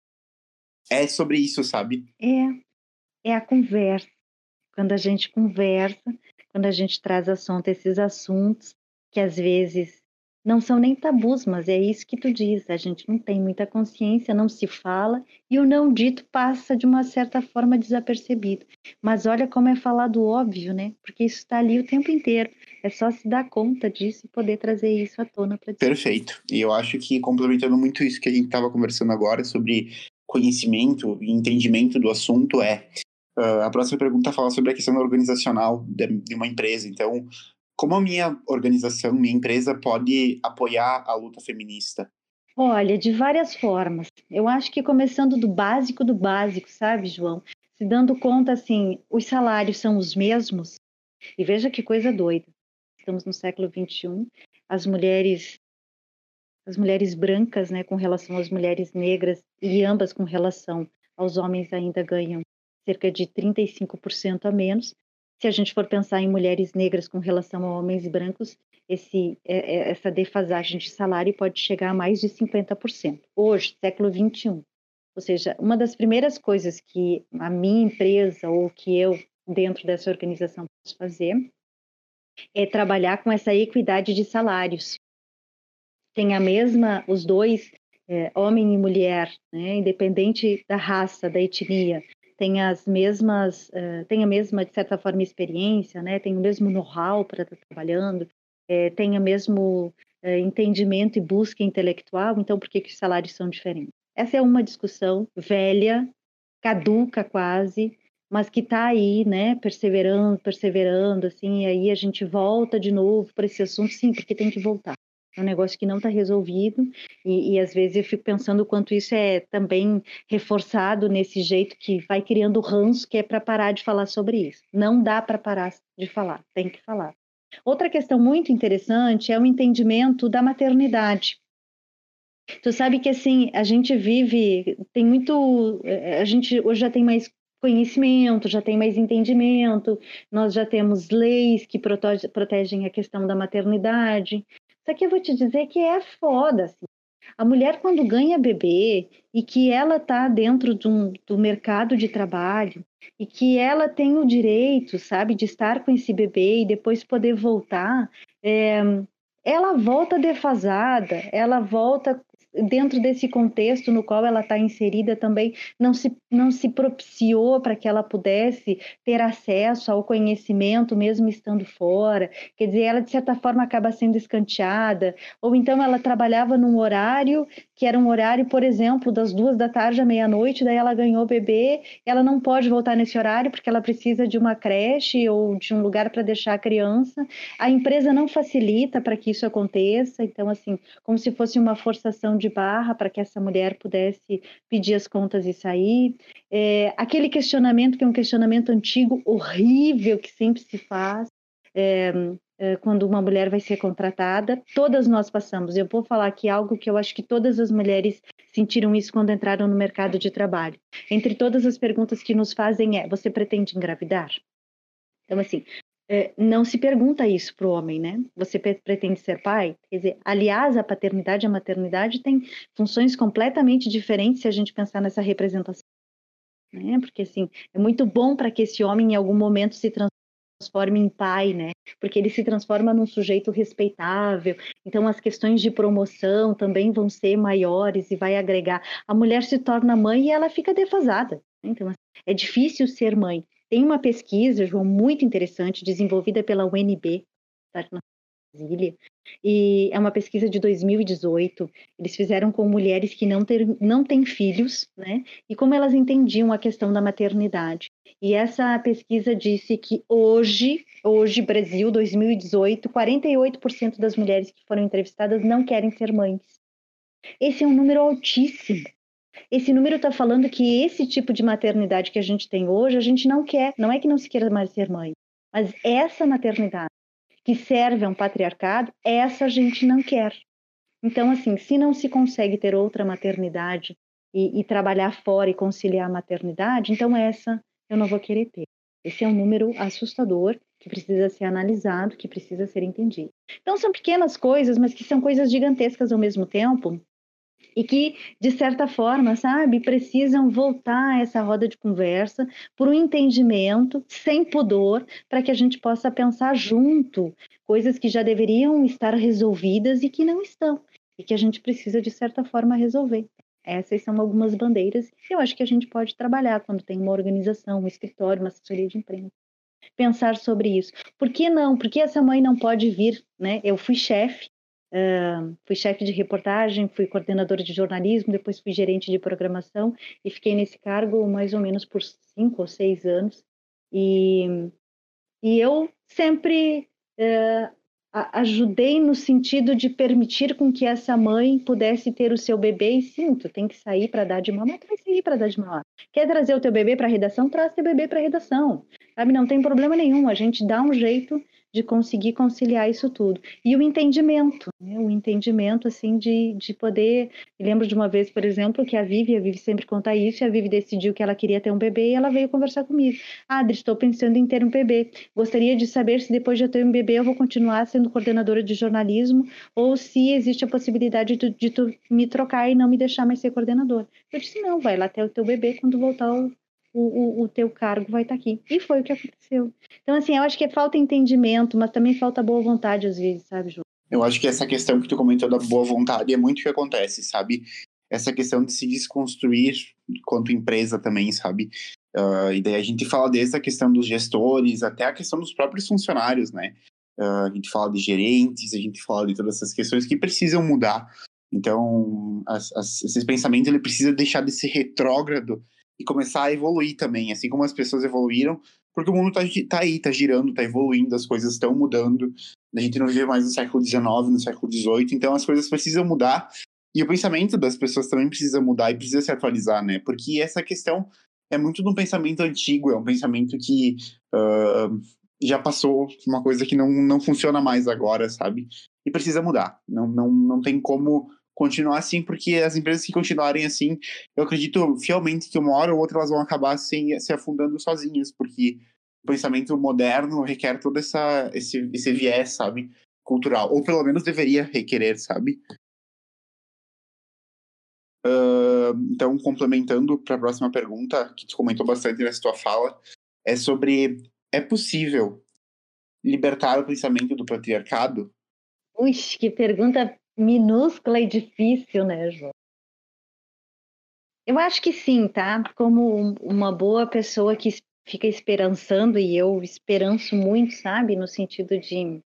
é sobre isso, sabe? É, é a conversa. Quando a gente conversa, quando a gente traz à tona esses assuntos, que às vezes não são nem tabus, mas é isso que tu diz, a gente não tem muita consciência, não se fala, e o não dito passa de uma certa forma desapercebido. Mas olha como é falado óbvio, né? Porque isso está ali o tempo inteiro. É só se dar conta disso e poder trazer isso à tona para ti. Perfeito. E eu acho que, complementando muito isso que a gente estava conversando agora sobre conhecimento e entendimento do assunto, é uh, a próxima pergunta fala sobre a questão organizacional de, de uma empresa. Então, como a minha organização, minha empresa pode apoiar a luta feminista? Olha, de várias formas. Eu acho que começando do básico do básico, sabe, João? Se dando conta, assim, os salários são os mesmos. E veja que coisa doida. Estamos no século vinte e um, as mulheres, as mulheres brancas, né, com relação às mulheres negras, e ambas com relação aos homens ainda ganham cerca de trinta e cinco por cento a menos. Se a gente for pensar em mulheres negras com relação a homens brancos, esse, essa defasagem de salário pode chegar a mais de cinquenta por cento. Hoje, século vinte e um. Ou seja, uma das primeiras coisas que a minha empresa ou que eu, dentro dessa organização, posso fazer é trabalhar com essa equidade de salários. Tem a mesma, os dois, é, homem e mulher, né, independente da raça, da etnia, tem as mesmas, uh, tem a mesma, de certa forma, experiência, né, tem o mesmo know-how para estar trabalhando, é, tenha mesmo é, entendimento e busca intelectual, então por que, que os salários são diferentes? Essa é uma discussão velha, caduca quase, mas que está aí, né, perseverando, perseverando, assim, e aí a gente volta de novo para esse assunto, sim, porque tem que voltar. É um negócio que não está resolvido e, e às vezes eu fico pensando o quanto isso é também reforçado nesse jeito que vai criando ranço, que é para parar de falar sobre isso. Não dá para parar de falar, tem que falar. Outra questão muito interessante é o entendimento da maternidade. Tu sabe que, assim, a gente vive, tem muito, a gente hoje já tem mais conhecimento, já tem mais entendimento, nós já temos leis que protege, protegem a questão da maternidade. Só que eu vou te dizer que é foda, assim. A mulher, quando ganha bebê e que ela está dentro de um, do mercado de trabalho e que ela tem o direito, sabe, de estar com esse bebê e depois poder voltar, é, ela volta defasada, ela volta dentro desse contexto no qual ela está inserida também, não se, não se propiciou para que ela pudesse ter acesso ao conhecimento mesmo estando fora, quer dizer, ela de certa forma acaba sendo escanteada, ou então ela trabalhava num horário que era um horário, por exemplo, das duas da tarde à meia-noite, daí ela ganhou o bebê, ela não pode voltar nesse horário porque ela precisa de uma creche ou de um lugar para deixar a criança, a empresa não facilita para que isso aconteça, então assim, como se fosse uma forçação de barra para que essa mulher pudesse pedir as contas e sair. É, aquele questionamento que é um questionamento antigo, horrível, que sempre se faz, é, é, quando uma mulher vai ser contratada, todas nós passamos. Eu vou falar aqui algo que eu acho que todas as mulheres sentiram isso quando entraram no mercado de trabalho. Entre todas as perguntas que nos fazem é, você pretende engravidar? Então, assim, é, não se pergunta isso para o homem, né? Você pretende ser pai? Quer dizer, aliás, a paternidade e a maternidade têm funções completamente diferentes se a gente pensar nessa representação, né? Porque, assim, é muito bom para que esse homem, em algum momento, se transforme em pai, né? Porque ele se transforma num sujeito respeitável. Então, as questões de promoção também vão ser maiores e vai agregar. A mulher se torna mãe e ela fica defasada. Então, é difícil ser mãe. Tem uma pesquisa, João, muito interessante, desenvolvida pela U N B, na Brasília, e é uma pesquisa de dois mil e dezoito. Eles fizeram com mulheres que não, ter, não têm filhos, né? E como elas entendiam a questão da maternidade. E essa pesquisa disse que hoje, hoje, Brasil, dois mil e dezoito, quarenta e oito por cento das mulheres que foram entrevistadas não querem ser mães. Esse é um número altíssimo. Esse número está falando que esse tipo de maternidade que a gente tem hoje, a gente não quer. Não é que não se queira mais ser mãe, mas essa maternidade que serve a um patriarcado, essa a gente não quer. Então, assim, se não se consegue ter outra maternidade e, e trabalhar fora e conciliar a maternidade, então essa eu não vou querer ter. Esse é um número assustador que precisa ser analisado, que precisa ser entendido. Então, são pequenas coisas, mas que são coisas gigantescas ao mesmo tempo, e que, de certa forma, sabe, precisam voltar a essa roda de conversa por um entendimento, sem pudor, para que a gente possa pensar junto coisas que já deveriam estar resolvidas e que não estão, e que a gente precisa, de certa forma, resolver. Essas são algumas bandeiras que eu acho que a gente pode trabalhar quando tem uma organização, um escritório, uma assessoria de imprensa. Pensar sobre isso. Por que não? Por que essa mãe não pode vir, né? Eu fui chefe, Uh, fui chefe de reportagem, fui coordenadora de jornalismo, depois fui gerente de programação e fiquei nesse cargo mais ou menos por cinco ou seis anos. E, e eu sempre uh, a, ajudei no sentido de permitir com que essa mãe pudesse ter o seu bebê. E sim, tu tem que sair para dar de mamar, tu vai sair para dar de mamar. Quer trazer o teu bebê para a redação? Traz teu bebê para a redação. Sabe, não tem problema nenhum, a gente dá um jeito de conseguir conciliar isso tudo. E o entendimento, né? O entendimento, assim, de, de poder... Me lembro de uma vez, por exemplo, que a Vivi, a Vivi sempre conta isso, e a Vivi decidiu que ela queria ter um bebê, e ela veio conversar comigo. Adri, estou pensando em ter um bebê. Gostaria de saber se depois de eu ter um bebê, eu vou continuar sendo coordenadora de jornalismo, ou se existe a possibilidade de, de tu me trocar e não me deixar mais ser coordenadora. Eu disse, não, vai lá ter o teu bebê, quando voltar o O, o, o teu cargo vai estar aqui. E foi o que aconteceu. Então, assim, eu acho que falta entendimento, mas também falta boa vontade às vezes, sabe, João? Eu acho que essa questão que tu comentou da boa vontade é muito o que acontece, sabe? Essa questão de se desconstruir quanto empresa também, sabe? Uh, e daí a gente fala desde a questão dos gestores até a questão dos próprios funcionários, né? uh, a gente fala de gerentes, a gente fala de todas essas questões que precisam mudar. Então, as, as, esses pensamentos, ele precisa deixar de ser retrógrado e começar a evoluir também, assim como as pessoas evoluíram, porque o mundo tá, tá aí, tá girando, tá evoluindo, as coisas estão mudando. A gente não vive mais no século dezenove, no século dezoito, então as coisas precisam mudar. E o pensamento das pessoas também precisa mudar e precisa se atualizar, né? Porque essa questão é muito de um pensamento antigo, é um pensamento que uh, já passou, uma coisa que não, não funciona mais agora, sabe? E precisa mudar. Não, não, não tem como continuar assim, porque as empresas que continuarem assim, eu acredito fielmente que uma hora ou outra elas vão acabar se, se afundando sozinhas, porque o pensamento moderno requer todo essa, esse, esse viés, sabe? Cultural. Ou pelo menos deveria requerer, sabe? Uh, então, complementando para a próxima pergunta, que tu comentou bastante nessa tua fala, é sobre: é possível libertar o pensamento do patriarcado? Ui, que pergunta minúscula e difícil, né, João? Eu acho que sim, tá? Como uma boa pessoa que fica esperançando, e eu esperanço muito, sabe? No sentido de,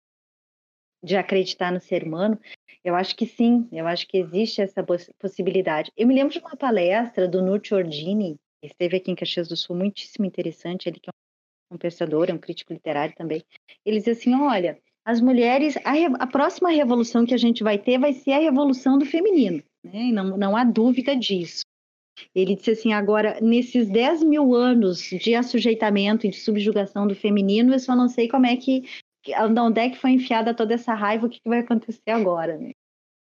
de acreditar no ser humano, eu acho que sim, eu acho que existe essa possibilidade. Eu me lembro de uma palestra do Nuccio Ordini, que esteve aqui em Caxias do Sul, muitíssimo interessante, ele que é um pensador, é um crítico literário também. Ele diz assim, olha, as mulheres, a, a próxima revolução que a gente vai ter vai ser a revolução do feminino, né? E não, não há dúvida disso. Ele disse assim, agora, nesses dez mil anos de assujeitamento e de subjugação do feminino, eu só não sei como é que, onde é que foi enfiada toda essa raiva, o que, que vai acontecer agora, né?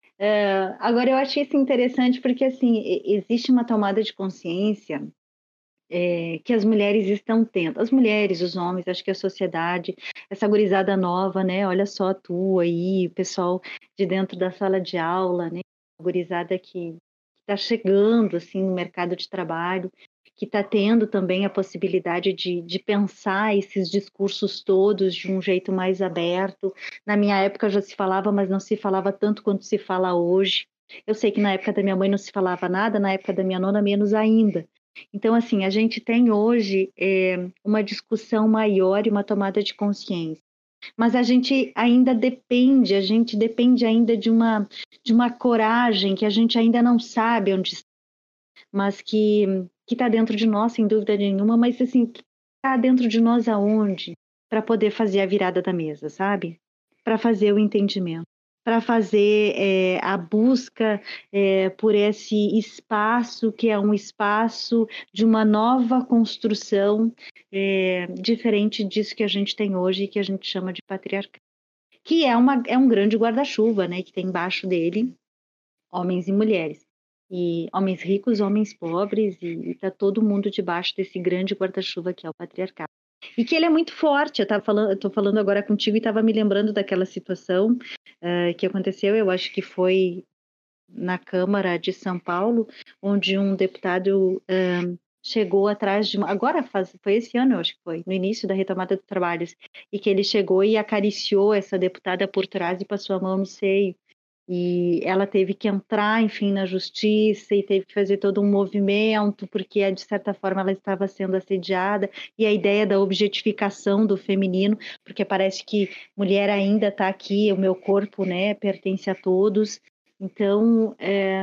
É, agora, eu achei isso interessante porque, assim, existe uma tomada de consciência é, que as mulheres estão tendo. As mulheres, os homens, acho que a sociedade, essa gurizada nova, né? Olha só tu aí, o pessoal de dentro da sala de aula, né? A gurizada que está chegando, assim, no mercado de trabalho, que está tendo também a possibilidade de, de pensar esses discursos todos de um jeito mais aberto. Na minha época já se falava, mas não se falava tanto quanto se fala hoje. Eu sei que na época da minha mãe não se falava nada, na época da minha nona menos ainda. Então, assim, a gente tem hoje é, uma discussão maior e uma tomada de consciência. Mas a gente ainda depende, a gente depende ainda de uma, de uma coragem que a gente ainda não sabe onde está, mas que que está dentro de nós, sem dúvida nenhuma, mas assim, está dentro de nós aonde? Para poder fazer a virada da mesa, sabe? Para fazer o entendimento, para fazer é, a busca é, por esse espaço que é um espaço de uma nova construção é, diferente disso que a gente tem hoje e que a gente chama de patriarcado, que é, uma, é um grande guarda-chuva, né, que tem embaixo dele homens e mulheres, e homens ricos, homens pobres, e está todo mundo debaixo desse grande guarda-chuva que é o patriarcado. E que ele é muito forte. Eu estava falando, estou falando agora contigo e estava me lembrando daquela situação uh, que aconteceu, eu acho que foi na Câmara de São Paulo, onde um deputado uh, chegou atrás de uma, agora faz, foi esse ano, eu acho que foi, no início da retomada dos trabalhos, e que ele chegou e acariciou essa deputada por trás e passou a mão no seio. E ela teve que entrar, enfim, na justiça e teve que fazer todo um movimento, porque, de certa forma, ela estava sendo assediada, e a ideia da objetificação do feminino, porque parece que mulher ainda está aqui, o meu corpo, né, pertence a todos. Então, é,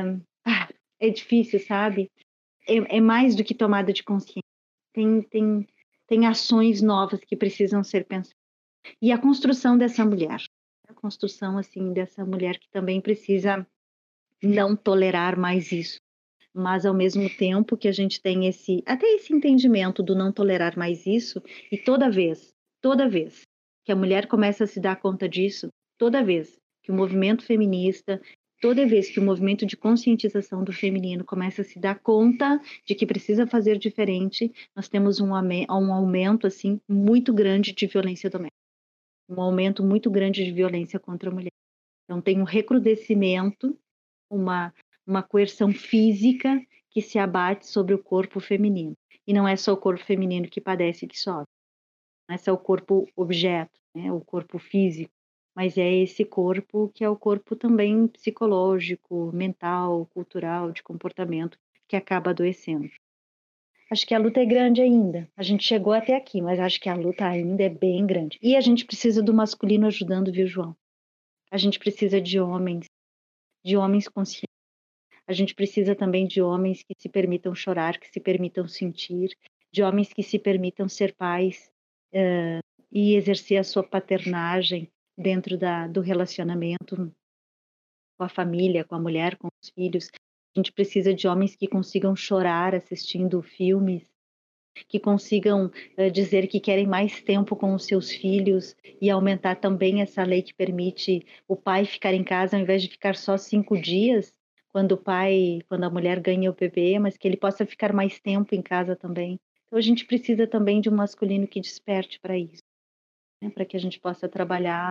é difícil, sabe? É, é mais do que tomada de consciência. Tem, tem, tem ações novas que precisam ser pensadas. E a construção dessa mulher, a construção assim dessa mulher que também precisa não tolerar mais isso, mas ao mesmo tempo que a gente tem esse até esse entendimento do não tolerar mais isso, e toda vez, toda vez que a mulher começa a se dar conta disso, toda vez que o movimento feminista, toda vez que o movimento de conscientização do feminino começa a se dar conta de que precisa fazer diferente, nós temos um, um aumento assim muito grande de violência doméstica, um aumento muito grande de violência contra a mulher. Então, tem um recrudescimento, uma, uma coerção física que se abate sobre o corpo feminino. E não é só o corpo feminino que padece e que sofre. Não é só o corpo objeto, né, o corpo físico, mas é esse corpo que é o corpo também psicológico, mental, cultural, de comportamento, que acaba adoecendo. Acho que a luta é grande ainda. A gente chegou até aqui, mas acho que a luta ainda é bem grande. E a gente precisa do masculino ajudando, viu, João? A gente precisa de homens, de homens conscientes. A gente precisa também de homens que se permitam chorar, que se permitam sentir, de homens que se permitam ser pais uh, e exercer a sua paternagem dentro da, do relacionamento com a família, com a mulher, com os filhos. A gente precisa de homens que consigam chorar assistindo filmes, que consigam uh, dizer que querem mais tempo com os seus filhos e aumentar também essa lei que permite o pai ficar em casa ao invés de ficar só cinco dias, quando o pai, quando a mulher ganha o bebê, mas que ele possa ficar mais tempo em casa também. Então a gente precisa também de um masculino que desperte para isso, né? Para que a gente possa trabalhar.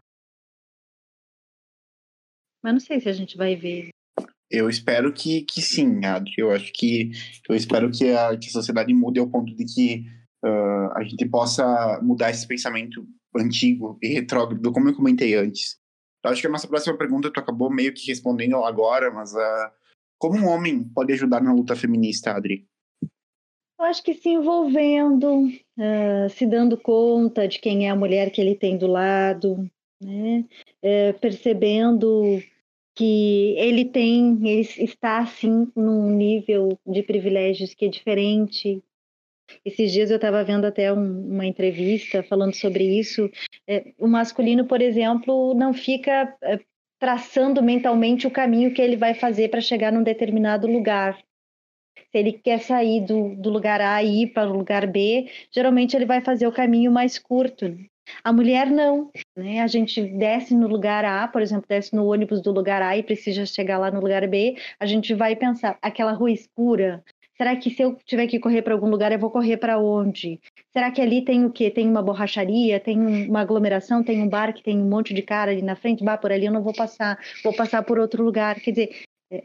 Mas não sei se a gente vai ver. Eu espero que, que sim, Adri. Eu acho que eu espero que a, que a sociedade mude ao ponto de que uh, a gente possa mudar esse pensamento antigo e retrógrado, como eu comentei antes. Eu acho que a nossa próxima pergunta tu acabou meio que respondendo agora, mas uh, como um homem pode ajudar na luta feminista, Adri? Eu acho que se envolvendo, uh, se dando conta de quem é a mulher que ele tem do lado, né? Uh, percebendo que ele tem, ele está assim num nível de privilégios que é diferente. Esses dias eu estava vendo até um, uma entrevista falando sobre isso. É, o masculino, por exemplo, não fica é, traçando mentalmente o caminho que ele vai fazer para chegar num determinado lugar. Se ele quer sair do, do lugar A e ir para o lugar B, geralmente ele vai fazer o caminho mais curto. A mulher não, né? A gente desce no lugar A, por exemplo, desce no ônibus do lugar A e precisa chegar lá no lugar B, a gente vai pensar, aquela rua escura, será que se eu tiver que correr para algum lugar, eu vou correr para onde? Será que ali tem o quê? Tem uma borracharia, tem uma aglomeração, tem um bar que tem um monte de cara ali na frente? Bah, por ali eu não vou passar, vou passar por outro lugar. Quer dizer,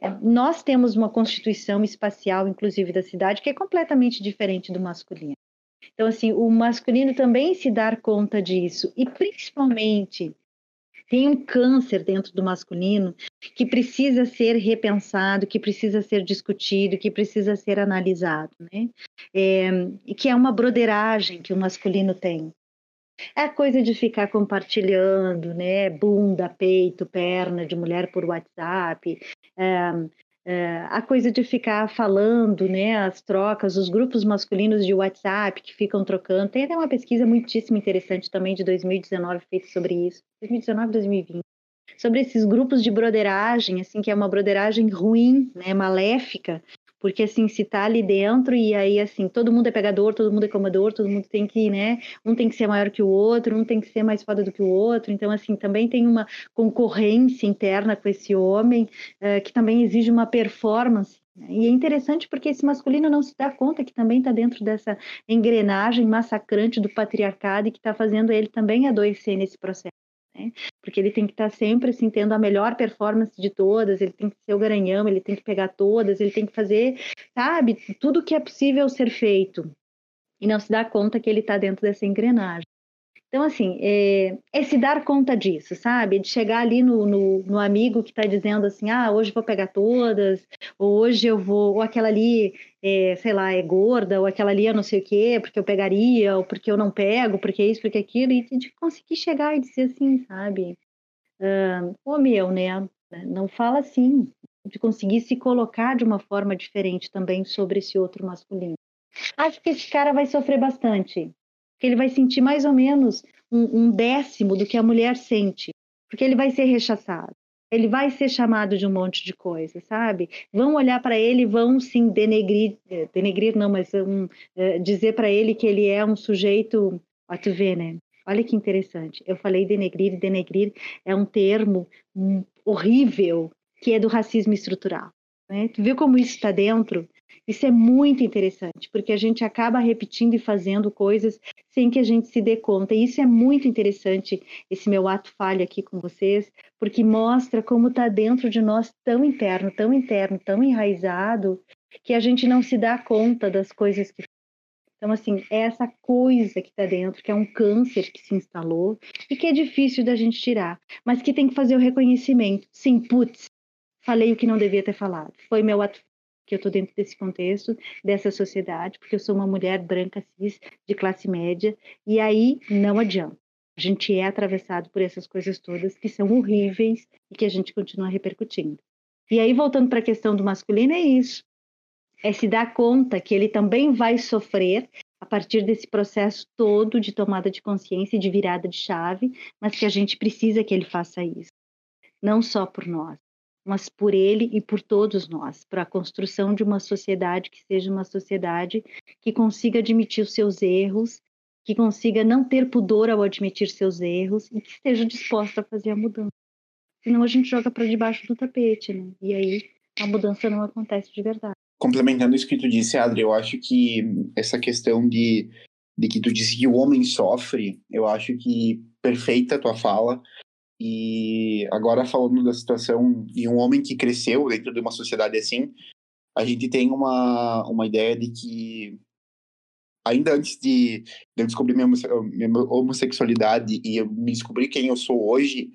nós temos uma constituição espacial, inclusive da cidade, que é completamente diferente do masculino. Então, assim, o masculino também se dar conta disso, e principalmente tem um câncer dentro do masculino que precisa ser repensado, que precisa ser discutido, que precisa ser analisado, né? É, que é uma broderagem que o masculino tem. É a coisa de ficar compartilhando, né? Bunda, peito, perna de mulher por WhatsApp, é, é, a coisa de ficar falando, né? As trocas, os grupos masculinos de WhatsApp que ficam trocando. Tem até uma pesquisa muitíssimo interessante também de dois mil e dezenove feita sobre isso, dois mil e dezenove, dois mil e vinte, sobre esses grupos de broderagem, assim, que é uma broderagem ruim, né? Maléfica. Porque, assim, se tá ali dentro e aí, assim, todo mundo é pegador, todo mundo é comador, todo mundo tem que, né, um tem que ser maior que o outro, um tem que ser mais foda do que o outro. Então, assim, também tem uma concorrência interna com esse homem, uh, que também exige uma performance. E é interessante porque esse masculino não se dá conta que também está dentro dessa engrenagem massacrante do patriarcado e que está fazendo ele também adoecer nesse processo. Né? Porque ele tem que estar sempre assim, tendo a melhor performance de todas, ele tem que ser o garanhão, ele tem que pegar todas, ele tem que fazer, sabe, tudo que é possível ser feito e não se dá conta que ele está dentro dessa engrenagem. Então, assim, é, é se dar conta disso, sabe? De chegar ali no, no, no amigo que está dizendo assim, ah, hoje vou pegar todas, ou hoje eu vou, ou aquela ali, é, sei lá, é gorda, ou aquela ali eu não sei o quê, porque eu pegaria, ou porque eu não pego, porque isso, porque aquilo, e de conseguir chegar e dizer assim, sabe? Ah, ô meu, né? Não fala assim, de conseguir se colocar de uma forma diferente também sobre esse outro masculino. Acho que esse cara vai sofrer bastante, porque ele vai sentir mais ou menos um, um décimo do que a mulher sente, porque ele vai ser rechaçado, ele vai ser chamado de um monte de coisa, sabe? Vão olhar para ele, vão sim denegrir, denegrir não, mas um, é, dizer para ele que ele é um sujeito, ó, tu vê, né? Olha que interessante, eu falei denegrir, e denegrir é um termo um, horrível, que é do racismo estrutural, né? Tu viu como isso está dentro? Isso é muito interessante, porque a gente acaba repetindo e fazendo coisas sem que a gente se dê conta. E isso é muito interessante, esse meu ato falho aqui com vocês, porque mostra como está dentro de nós tão interno, tão interno, tão enraizado, que a gente não se dá conta das coisas que... Então, assim, é essa coisa que está dentro, que é um câncer que se instalou e que é difícil da gente tirar, mas que tem que fazer o reconhecimento. Sim, putz, falei o que não devia ter falado. Foi meu ato porque eu estou dentro desse contexto, dessa sociedade, porque eu sou uma mulher branca, cis, de classe média, e aí não adianta. A gente é atravessado por essas coisas todas que são horríveis e que a gente continua repercutindo. E aí, voltando para a questão do masculino, é isso. É se dar conta que ele também vai sofrer a partir desse processo todo de tomada de consciência e de virada de chave, mas que a gente precisa que ele faça isso. Não só por nós, mas por ele e por todos nós, para a construção de uma sociedade que seja uma sociedade que consiga admitir os seus erros, que consiga não ter pudor ao admitir seus erros e que esteja disposta a fazer a mudança. Senão a gente joga para debaixo do tapete, né? E aí a mudança não acontece de verdade. Complementando isso que tu disse, Adri, eu acho que essa questão de, de que tu disse que o homem sofre, eu acho que perfeita a tua fala. E agora falando da situação de um homem que cresceu dentro de uma sociedade assim, a gente tem uma, uma ideia de que ainda antes de, de eu descobrir minha, minha homossexualidade e eu me descobrir quem eu sou hoje,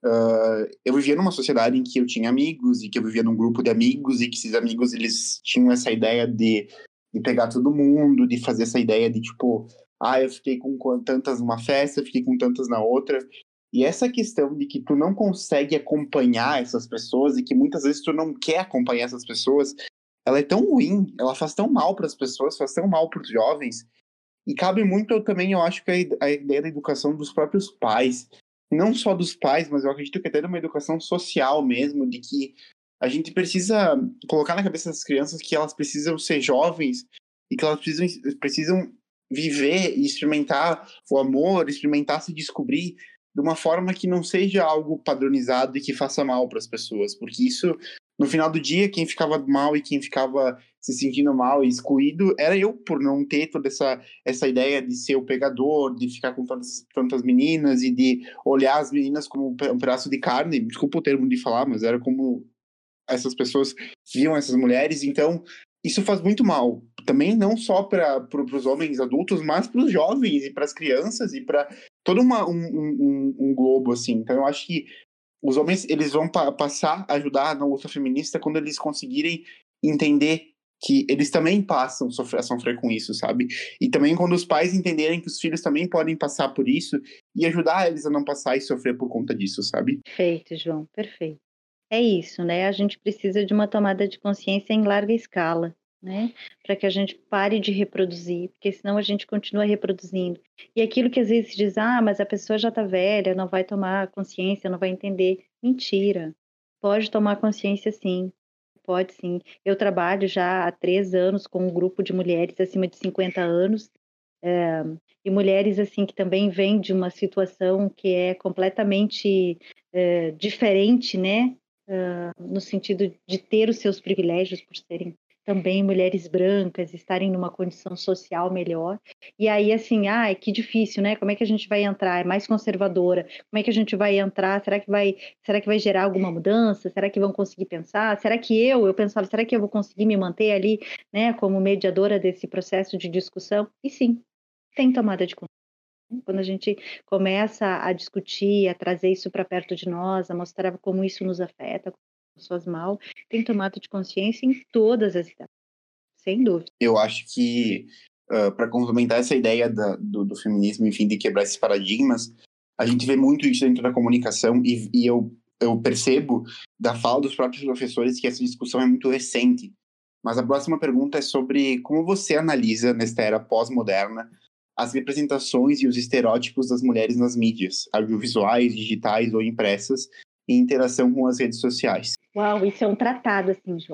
uh, eu vivia numa sociedade em que eu tinha amigos e que eu vivia num grupo de amigos e que esses amigos, eles tinham essa ideia de, de pegar todo mundo, de fazer essa ideia de tipo, ah, eu fiquei com tantas numa festa, fiquei com tantas na outra. E essa questão de que tu não consegue acompanhar essas pessoas e que muitas vezes tu não quer acompanhar essas pessoas, ela é tão ruim, ela faz tão mal para as pessoas, faz tão mal para os jovens. E cabe muito também, eu acho, que a ideia da educação dos próprios pais. Não só dos pais, mas eu acredito que até de uma educação social mesmo, de que a gente precisa colocar na cabeça das crianças que elas precisam ser jovens e que elas precisam, precisam viver e experimentar o amor, experimentar se descobrir de uma forma que não seja algo padronizado e que faça mal para as pessoas, porque isso, no final do dia, quem ficava mal e quem ficava se sentindo mal e excluído era eu, por não ter toda essa, essa ideia de ser o pegador, de ficar com tantas, tantas meninas e de olhar as meninas como um pedaço de carne, desculpa o termo de falar, mas era como essas pessoas viam essas mulheres. Então isso faz muito mal, também não só para os homens adultos, mas para os jovens e para as crianças e para todo uma, um, um, um globo, assim. Então eu acho que os homens, eles vão pa- passar a ajudar na luta feminista quando eles conseguirem entender que eles também passam a sofrer, a sofrer com isso, sabe? E também quando os pais entenderem que os filhos também podem passar por isso e ajudar eles a não passar e sofrer por conta disso, sabe? Perfeito, João, perfeito. É isso, né? A gente precisa de uma tomada de consciência em larga escala, né? Para que a gente pare de reproduzir, porque senão a gente continua reproduzindo. E aquilo que às vezes se diz, ah, mas a pessoa já está velha, não vai tomar consciência, não vai entender. Mentira. Pode tomar consciência, sim. Pode, sim. Eu trabalho já há três anos com um grupo de mulheres acima de cinquenta anos, é, e mulheres, assim, que também vêm de uma situação que é completamente é, diferente, né? Uh, no sentido de ter os seus privilégios por serem também mulheres brancas, estarem numa condição social melhor. E aí, assim, ah, que difícil, né? Como é que a gente vai entrar? É mais conservadora. Como é que a gente vai entrar? Será que vai, será que vai gerar alguma mudança? Será que vão conseguir pensar? Será que eu, eu pensava, será que eu vou conseguir me manter ali, né, como mediadora desse processo de discussão? E sim, tem tomada de consciência. Quando a gente começa a discutir, a trazer isso para perto de nós, a mostrar como isso nos afeta, como as pessoas mal, tem tomada de consciência em todas as idades, sem dúvida. Eu acho que, uh, para complementar essa ideia da, do, do feminismo, enfim, de quebrar esses paradigmas, a gente vê muito isso dentro da comunicação e, e eu, eu percebo da fala dos próprios professores que essa discussão é muito recente. Mas a próxima pergunta é sobre como você analisa, nesta era pós-moderna, as representações e os estereótipos das mulheres nas mídias, audiovisuais, digitais ou impressas, em interação com as redes sociais. Uau, isso é um tratado, assim, João.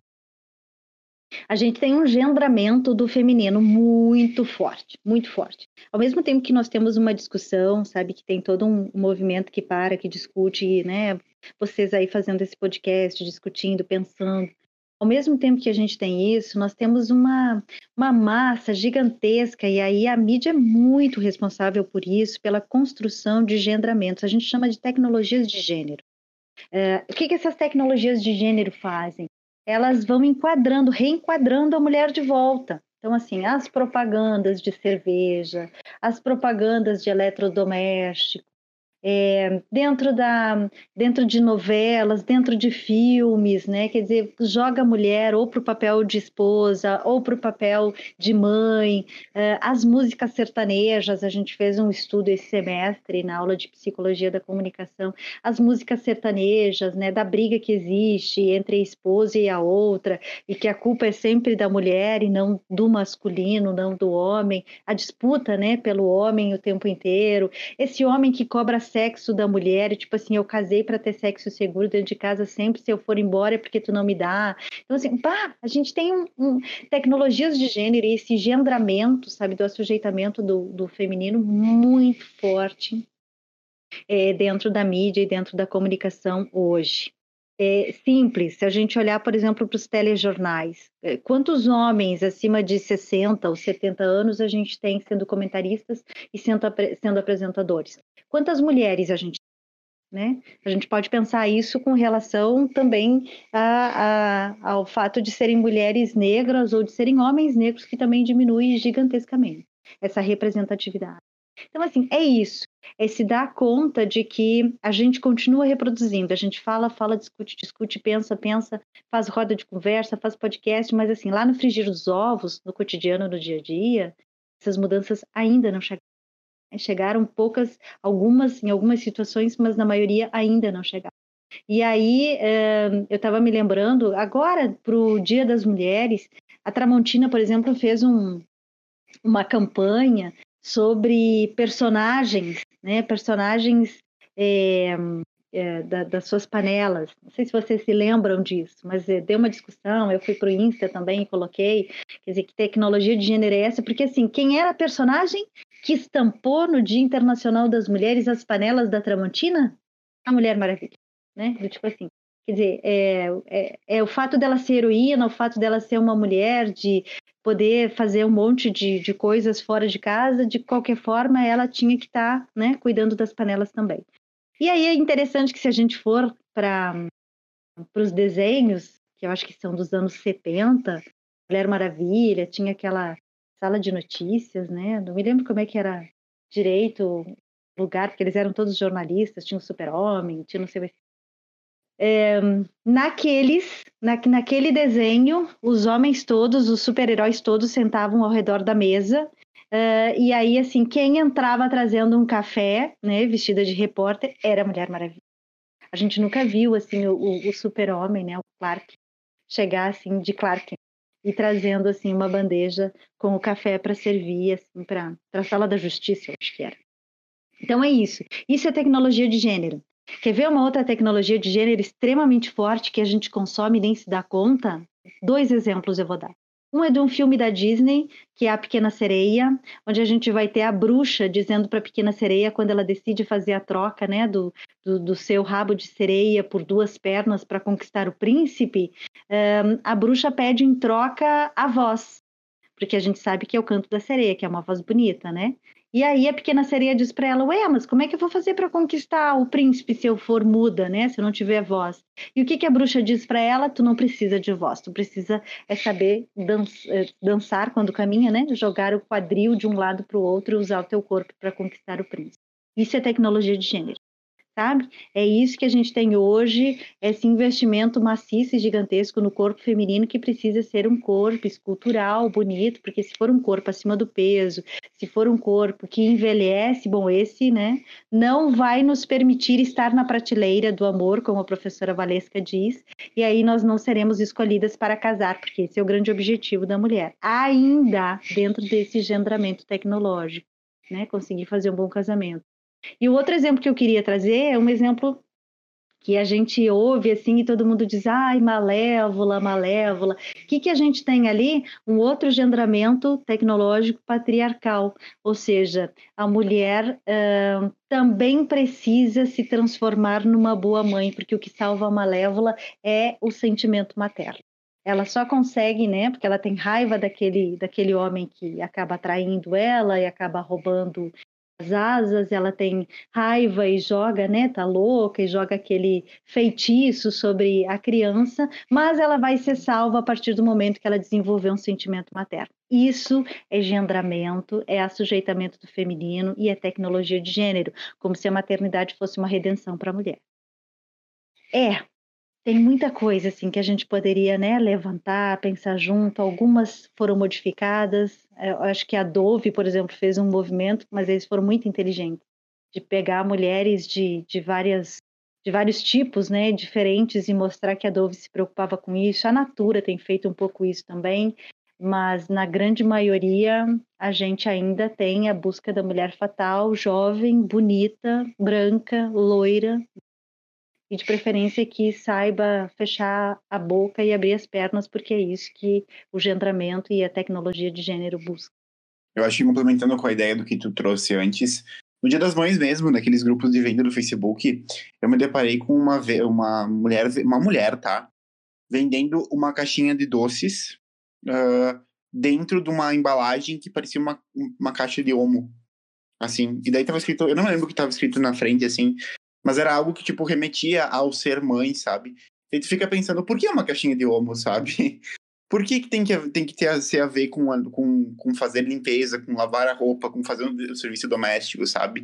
A gente tem um engendramento do feminino muito forte, muito forte. Ao mesmo tempo que nós temos uma discussão, sabe, que tem todo um movimento que para, que discute, né, vocês aí fazendo esse podcast, discutindo, pensando. Ao mesmo tempo que a gente tem isso, nós temos uma, uma massa gigantesca, e aí a mídia é muito responsável por isso, pela construção de engendramentos. A gente chama de tecnologias de gênero. É, o que, que essas tecnologias de gênero fazem? Elas vão enquadrando, reenquadrando a mulher de volta. Então, assim, as propagandas de cerveja, as propagandas de eletrodoméstico, é, dentro, da, dentro de novelas, dentro de filmes, né? Quer dizer, joga a mulher ou para o papel de esposa, ou para o papel de mãe. É, as músicas sertanejas, a gente fez um estudo esse semestre na aula de Psicologia da Comunicação, as músicas sertanejas, né? Da briga que existe entre a esposa e a outra, e que a culpa é sempre da mulher e não do masculino, não do homem, a disputa, né, pelo homem o tempo inteiro, esse homem que cobra sexo da mulher, tipo assim, eu casei para ter sexo seguro dentro de casa sempre, se eu for embora é porque tu não me dá. Então assim, pá, a gente tem um, um, tecnologias de gênero e esse gendramento, sabe, do assujeitamento do, do feminino muito forte é, dentro da mídia e dentro da comunicação hoje. É simples, se a gente olhar, por exemplo, para os telejornais, é, quantos homens acima de sessenta ou setenta anos a gente tem sendo comentaristas e sendo, sendo apresentadores? Quantas mulheres a gente tem, né? A gente pode pensar isso com relação também a, a, ao fato de serem mulheres negras ou de serem homens negros, que também diminui gigantescamente essa representatividade. Então, assim, é isso. É se dar conta de que a gente continua reproduzindo. A gente fala, fala, discute, discute, pensa, pensa, faz roda de conversa, faz podcast, mas, assim, lá no frigir dos ovos, no cotidiano, no dia a dia, essas mudanças ainda não chegaram. Chegaram poucas, algumas, em algumas situações, mas na maioria ainda não chegaram. E aí, eu estava me lembrando, agora, para o Dia das Mulheres, a Tramontina, por exemplo, fez um, uma campanha sobre personagens, né, personagens é, é, da, das suas panelas. Não sei se vocês se lembram disso, mas é, deu uma discussão, eu fui para o Insta também e coloquei, quer dizer, que tecnologia de gênero é essa? Porque, assim, quem era a personagem que estampou no Dia Internacional das Mulheres as panelas da Tramontina? A Mulher Maravilha, né? Do tipo assim, quer dizer, é, é, é o fato dela ser heroína, o fato dela ser uma mulher, de poder fazer um monte de, de coisas fora de casa, de qualquer forma, ela tinha que estar, tá, né, cuidando das panelas também. E aí é interessante que se a gente for para os desenhos, que eu acho que são dos anos setenta, Mulher Maravilha, tinha aquela sala de notícias, né? Não me lembro como é que era direito o lugar, porque eles eram todos jornalistas, tinha o Super-Homem, tinha não sei. É, naqueles, na, naquele desenho, os homens todos, os super-heróis todos sentavam ao redor da mesa, uh, e aí, assim, quem entrava trazendo um café, né, vestida de repórter, era a Mulher Maravilha. A gente nunca viu, assim, o, o super-homem, né, o Clark, chegar, assim, de Clark, e trazendo, assim, uma bandeja com o café para servir, assim, para a sala da justiça, eu acho que era. Então é isso. Isso é tecnologia de gênero. Quer ver uma outra tecnologia de gênero extremamente forte que a gente consome e nem se dá conta? Dois exemplos eu vou dar. Um é de um filme da Disney, que é A Pequena Sereia, onde a gente vai ter a bruxa dizendo para a Pequena Sereia, quando ela decide fazer a troca, né, do, do, do seu rabo de sereia por duas pernas para conquistar o príncipe, um, a bruxa pede em troca a voz, porque a gente sabe que é o canto da sereia, que é uma voz bonita, né? E aí a Pequena Sereia diz para ela, ué, mas como é que eu vou fazer para conquistar o príncipe se eu for muda, né? Se eu não tiver voz? E o que, que a bruxa diz para ela? Tu não precisa de voz, tu precisa é saber dançar quando caminha, né? Jogar o quadril de um lado para o outro e usar o teu corpo para conquistar o príncipe. Isso é tecnologia de gênero. Sabe? É isso que a gente tem hoje, esse investimento maciço e gigantesco no corpo feminino, que precisa ser um corpo escultural, bonito, porque se for um corpo acima do peso, se for um corpo que envelhece, bom, esse, né, não vai nos permitir estar na prateleira do amor, como a professora Valesca diz, e aí nós não seremos escolhidas para casar, porque esse é o grande objetivo da mulher, ainda dentro desse engendramento tecnológico, né, conseguir fazer um bom casamento. E o outro exemplo que eu queria trazer é um exemplo que a gente ouve assim e todo mundo diz, ai, malévola, malévola. O que, que a gente tem ali? Um outro engendramento tecnológico patriarcal, ou seja, a mulher uh, também precisa se transformar numa boa mãe, porque o que salva a malévola é o sentimento materno. Ela só consegue, né, porque ela tem raiva daquele, daquele homem que acaba traindo ela e acaba roubando as asas, ela tem raiva e joga, né, tá louca e joga aquele feitiço sobre a criança, mas ela vai ser salva a partir do momento que ela desenvolver um sentimento materno. Isso é engendramento, é assujeitamento do feminino e é tecnologia de gênero, como se a maternidade fosse uma redenção para a mulher. É, tem muita coisa assim que a gente poderia, né, levantar, pensar junto. Algumas foram modificadas. Eu acho que a Dove, por exemplo, fez um movimento, mas eles foram muito inteligentes, de pegar mulheres de, de várias de vários tipos, né, diferentes, e mostrar que a Dove se preocupava com isso. A Natura tem feito um pouco isso também, mas na grande maioria a gente ainda tem a busca da mulher fatal, jovem, bonita, branca, loira, e de preferência que saiba fechar a boca e abrir as pernas, porque é isso que o gendramento e a tecnologia de gênero buscam. Eu acho que complementando com a ideia do que tu trouxe antes, no Dia das Mães mesmo, naqueles grupos de venda do Facebook, eu me deparei com uma, uma mulher, uma mulher, tá? Vendendo uma caixinha de doces uh, dentro de uma embalagem que parecia uma, uma caixa de Omo, assim. E daí tava escrito, eu não lembro o que tava escrito na frente, assim, mas era algo que, tipo, remetia ao ser mãe, sabe? E tu fica pensando, por que uma caixinha de Omo, sabe? Por que, que tem que tem que ter ser a ver com, a, com, com fazer limpeza, com lavar a roupa, com fazer um serviço doméstico, sabe?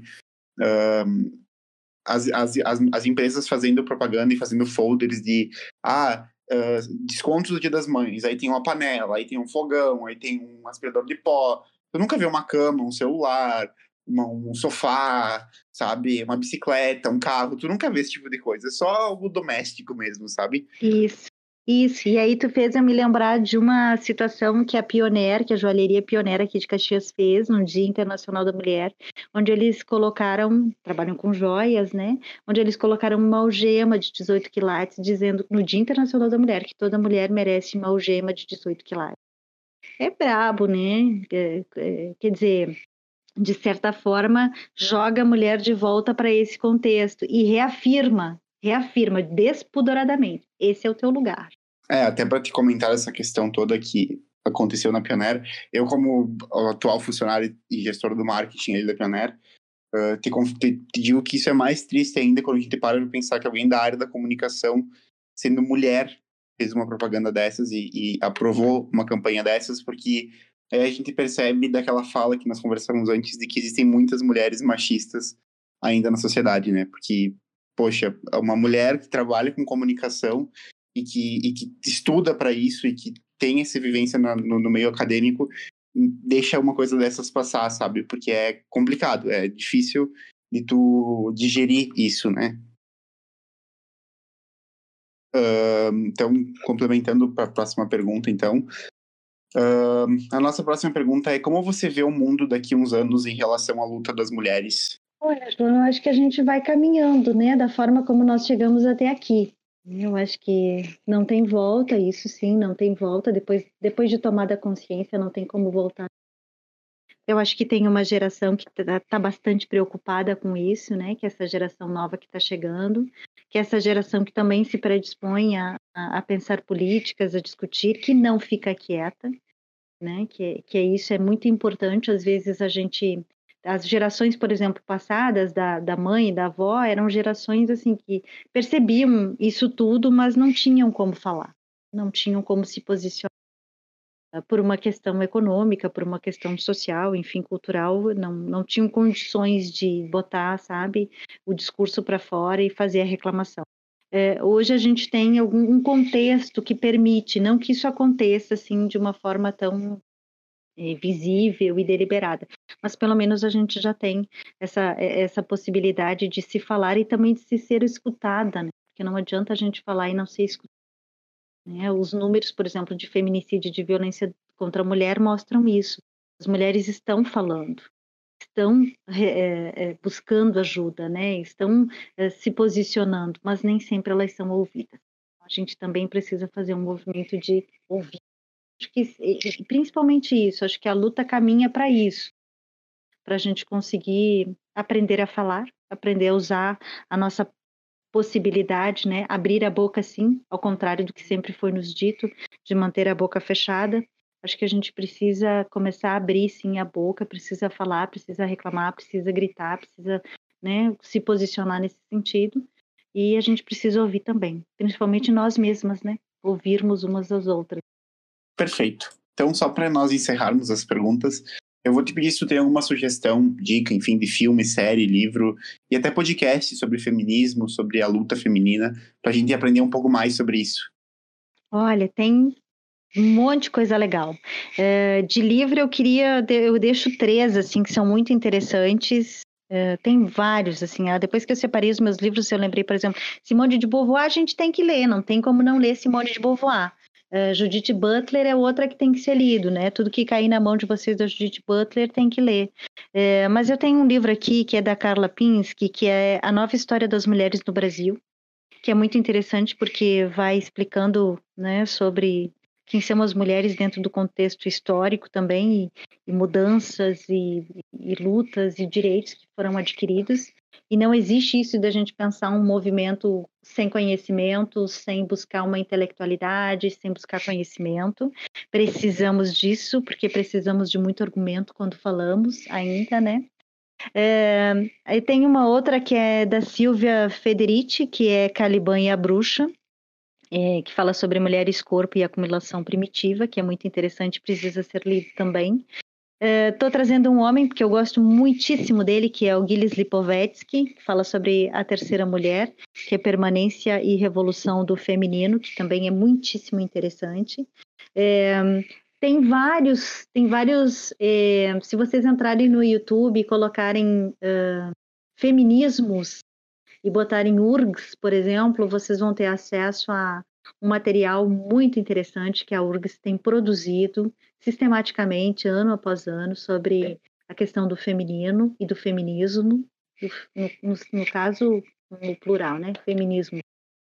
Um, as, as, as, as empresas fazendo propaganda e fazendo folders de ah, uh, descontos do Dia das Mães, aí tem uma panela, aí tem um fogão, aí tem um aspirador de pó. Tu nunca vê uma cama, um celular, uma, um sofá, sabe? Uma bicicleta, um carro. Tu nunca vê esse tipo de coisa. É só algo doméstico mesmo, sabe? Isso. Isso, e aí tu fez eu me lembrar de uma situação que a Pioneer, que a joalheria Pioneer aqui de Caxias fez no Dia Internacional da Mulher, onde eles colocaram, trabalham com joias, né, onde eles colocaram uma algema de dezoito quilates, dizendo no Dia Internacional da Mulher que toda mulher merece uma algema de dezoito quilates. É brabo, né, é, é, quer dizer, de certa forma, joga a mulher de volta para esse contexto e reafirma, reafirma despudoradamente, esse é o teu lugar. É, até para te comentar essa questão toda que aconteceu na Pioneer, eu como atual funcionário e gestor do marketing ali da Pioneer, uh, te, te, te digo que isso é mais triste ainda quando a gente para de pensar que alguém da área da comunicação, sendo mulher, fez uma propaganda dessas e, e aprovou uma campanha dessas, porque aí a gente percebe daquela fala que nós conversamos antes de que existem muitas mulheres machistas ainda na sociedade, né? Porque, poxa, uma mulher que trabalha com comunicação e que, e que estuda para isso e que tem essa vivência na, no, no meio acadêmico, deixa uma coisa dessas passar, sabe? Porque é complicado, é difícil de tu digerir isso, né? Uh, então, complementando para a próxima pergunta, então, uh, a nossa próxima pergunta é: como você vê o mundo daqui a uns anos em relação à luta das mulheres? Olha, João, eu acho que a gente vai caminhando, né, da forma como nós chegamos até aqui. Eu acho que não tem volta, isso sim, não tem volta. Depois, depois de tomada a consciência, não tem como voltar. Eu acho que tem uma geração que está tá bastante preocupada com isso, né? Que é essa geração nova que está chegando, que é essa geração que também se predispõe a, a, a pensar políticas, a discutir, que não fica quieta, né? Que, que é isso é muito importante. Às vezes a gente, as gerações, por exemplo, passadas da, da mãe e da avó eram gerações assim que percebiam isso tudo, mas não tinham como falar, não tinham como se posicionar por uma questão econômica, por uma questão social, enfim, cultural, não, não tinham condições de botar, sabe, o discurso para fora e fazer a reclamação. É, hoje a gente tem algum um contexto que permite, não que isso aconteça assim de uma forma tão é, visível e deliberada, mas pelo menos a gente já tem essa, essa possibilidade de se falar e também de se ser escutada, né? Porque não adianta a gente falar e não ser escutada. Né? Os números, por exemplo, de feminicídio e de violência contra a mulher mostram isso. As mulheres estão falando, estão é, é, buscando ajuda, né? Estão é, se posicionando, mas nem sempre elas são ouvidas. A gente também precisa fazer um movimento de ouvir. Acho que, e, principalmente isso, acho que a luta caminha para isso, para a gente conseguir aprender a falar, aprender a usar a nossa possibilidade, né? Abrir a boca sim, ao contrário do que sempre foi nos dito, de manter a boca fechada, Acho que a gente precisa começar a abrir, sim, a boca, precisa falar, precisa reclamar, precisa gritar, precisa, né, se posicionar nesse sentido. E a gente precisa ouvir também, principalmente nós mesmas, né? Ouvirmos umas às outras. Perfeito. Então, só para nós encerrarmos as perguntas, eu vou te pedir se tu tem alguma sugestão, dica, enfim, de filme, série, livro e até podcast sobre feminismo, sobre a luta feminina, para a gente aprender um pouco mais sobre isso. Olha, tem um monte de coisa legal. É, de livro eu queria, eu deixo três, assim, que são muito interessantes. É, tem vários, assim, ah, depois que eu separei os meus livros, eu lembrei, por exemplo, Simone de Beauvoir, a gente tem que ler, não tem como não ler Simone de Beauvoir. Uh, Judith Butler é outra que tem que ser lido, né? Tudo que cair na mão de vocês da Judith Butler tem que ler. É, mas eu tenho um livro aqui que é da Carla Pinsky, que é A Nova História das Mulheres no Brasil, que é muito interessante porque vai explicando, né, sobre quem são as mulheres dentro do contexto histórico também, e, e mudanças e, e lutas e direitos que foram adquiridos. E não existe isso da gente pensar um movimento sem conhecimento, sem buscar uma intelectualidade, sem buscar conhecimento. Precisamos disso, porque precisamos de muito argumento quando falamos ainda, né? É, aí tem uma outra que é da Silvia Federici, que é Caliban e a Bruxa, é, que fala sobre mulheres, corpo e acumulação primitiva, que é muito interessante, precisa ser lido também. Estou trazendo um homem, porque eu gosto muitíssimo dele, que é o Gilles Lipovetsky, que fala sobre a terceira mulher, que é permanência e revolução do feminino, que também é muitíssimo interessante. É, tem vários, tem vários. É, se vocês entrarem no YouTube e colocarem uh, feminismos e botarem U R G S, por exemplo, vocês vão ter acesso a um material muito interessante que a U R G S tem produzido sistematicamente, ano após ano, sobre a questão do feminino e do feminismo, no, no, no caso, no plural, né? Feminismo.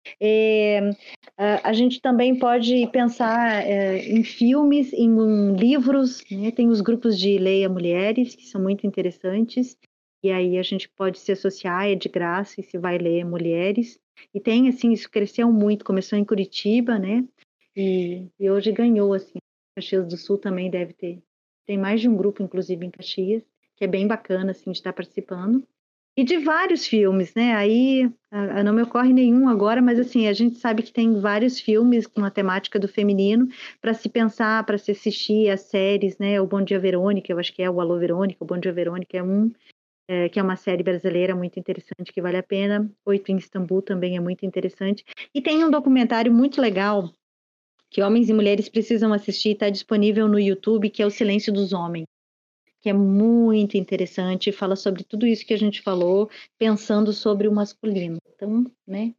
É, a, a gente também pode pensar é, em filmes, em um, livros, né? Tem os grupos de Leia Mulheres, que são muito interessantes, e aí a gente pode se associar, é de graça, e se vai ler Mulheres. E tem, assim, isso cresceu muito, começou em Curitiba, né? E, e hoje ganhou, assim, Caxias do Sul também deve ter. Tem mais de um grupo, inclusive, em Caxias, que é bem bacana, assim, de estar participando. E de vários filmes, né? Aí a, a não me ocorre nenhum agora, mas assim, a gente sabe que tem vários filmes com a temática do feminino para se pensar, para se assistir as séries, né? O Bom Dia Verônica, eu acho que é o Alô Verônica, o Bom Dia Verônica é um, é, que é uma série brasileira muito interessante, que vale a pena. Oito em Istambul também é muito interessante. E tem um documentário muito legal que homens e mulheres precisam assistir, está disponível no YouTube, que é O Silêncio dos Homens, que é muito interessante, fala sobre tudo isso que a gente falou, pensando sobre o masculino. Então, né,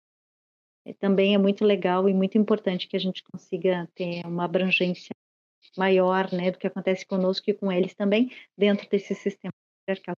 é, também é muito legal e muito importante que a gente consiga ter uma abrangência maior, né, do que acontece conosco e com eles também, dentro desse sistema patriarcal.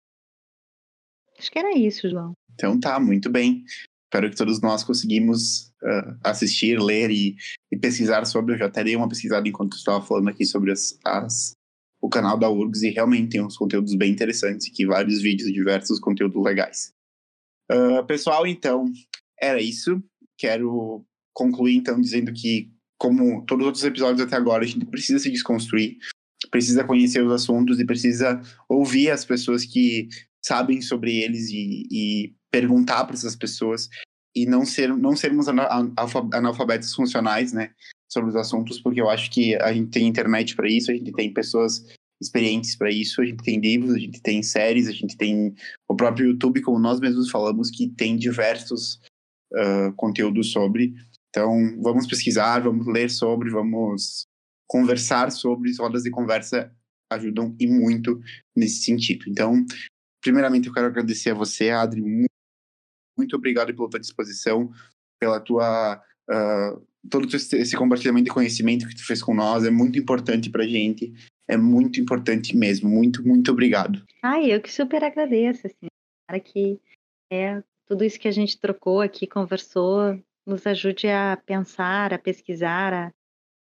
Acho que era isso, João. Então tá, muito bem. Espero que todos nós conseguimos uh, assistir, ler e, e pesquisar sobre. Eu já até dei uma pesquisada enquanto estava falando aqui sobre as, as, o canal da U R G S, e realmente tem uns conteúdos bem interessantes aqui, vários vídeos e diversos conteúdos legais. Uh, pessoal, então, era isso. Quero concluir, então, dizendo que, como todos os outros episódios até agora, a gente precisa se desconstruir, precisa conhecer os assuntos e precisa ouvir as pessoas que sabem sobre eles e, e perguntar para essas pessoas e não, ser, não sermos analfabetos funcionais, né, sobre os assuntos, porque eu acho que a gente tem internet para isso, a gente tem pessoas experientes para isso, a gente tem livros, a gente tem séries, a gente tem o próprio YouTube, como nós mesmos falamos, que tem diversos uh, conteúdos sobre. Então, vamos pesquisar, vamos ler sobre, vamos conversar sobre. Rodas de conversa ajudam e muito nesse sentido. Então, primeiramente, eu quero agradecer a você, Adri. Muito, muito obrigado pela tua disposição, pela tua uh, todo esse compartilhamento de conhecimento que tu fez com nós. É muito importante pra gente. É muito importante mesmo. Muito, muito obrigado. Ai, eu que super agradeço, assim, para que é, tudo isso que a gente trocou aqui, conversou, nos ajude a pensar, a pesquisar, a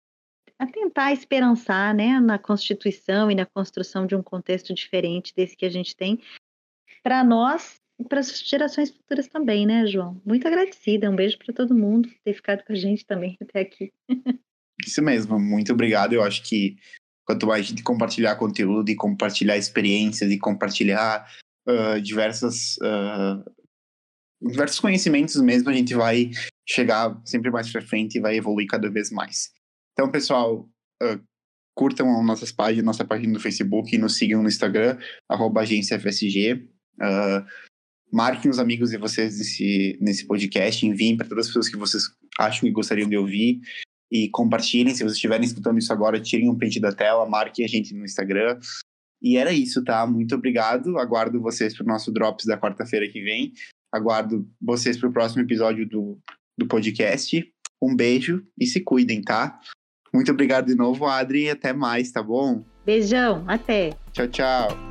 a tentar esperançar, né, na constituição e na construção de um contexto diferente desse que a gente tem para nós e para as gerações futuras também, né, João? Muito agradecida, um beijo para todo mundo ter ficado com a gente também até aqui. Isso mesmo, muito obrigado. Eu acho que quanto mais a gente compartilhar conteúdo e compartilhar experiências e compartilhar uh, diversas, uh, diversos conhecimentos mesmo, a gente vai chegar sempre mais pra frente e vai evoluir cada vez mais. Então, pessoal, uh, curtam nossas páginas, nossa página no Facebook e nos sigam no Instagram, arroba agência F S G. Uh, marquem os amigos de vocês nesse, nesse podcast, enviem para todas as pessoas que vocês acham que gostariam de ouvir e compartilhem. Se vocês estiverem escutando isso agora, tirem um print da tela, marquem a gente no Instagram. E era isso, tá? Muito obrigado. Aguardo vocês para o nosso Drops da quarta-feira que vem. Aguardo vocês para o próximo episódio do, do podcast. Um beijo e se cuidem, tá? Muito obrigado de novo, Adri, e até mais, tá bom? Beijão, até. Tchau, tchau.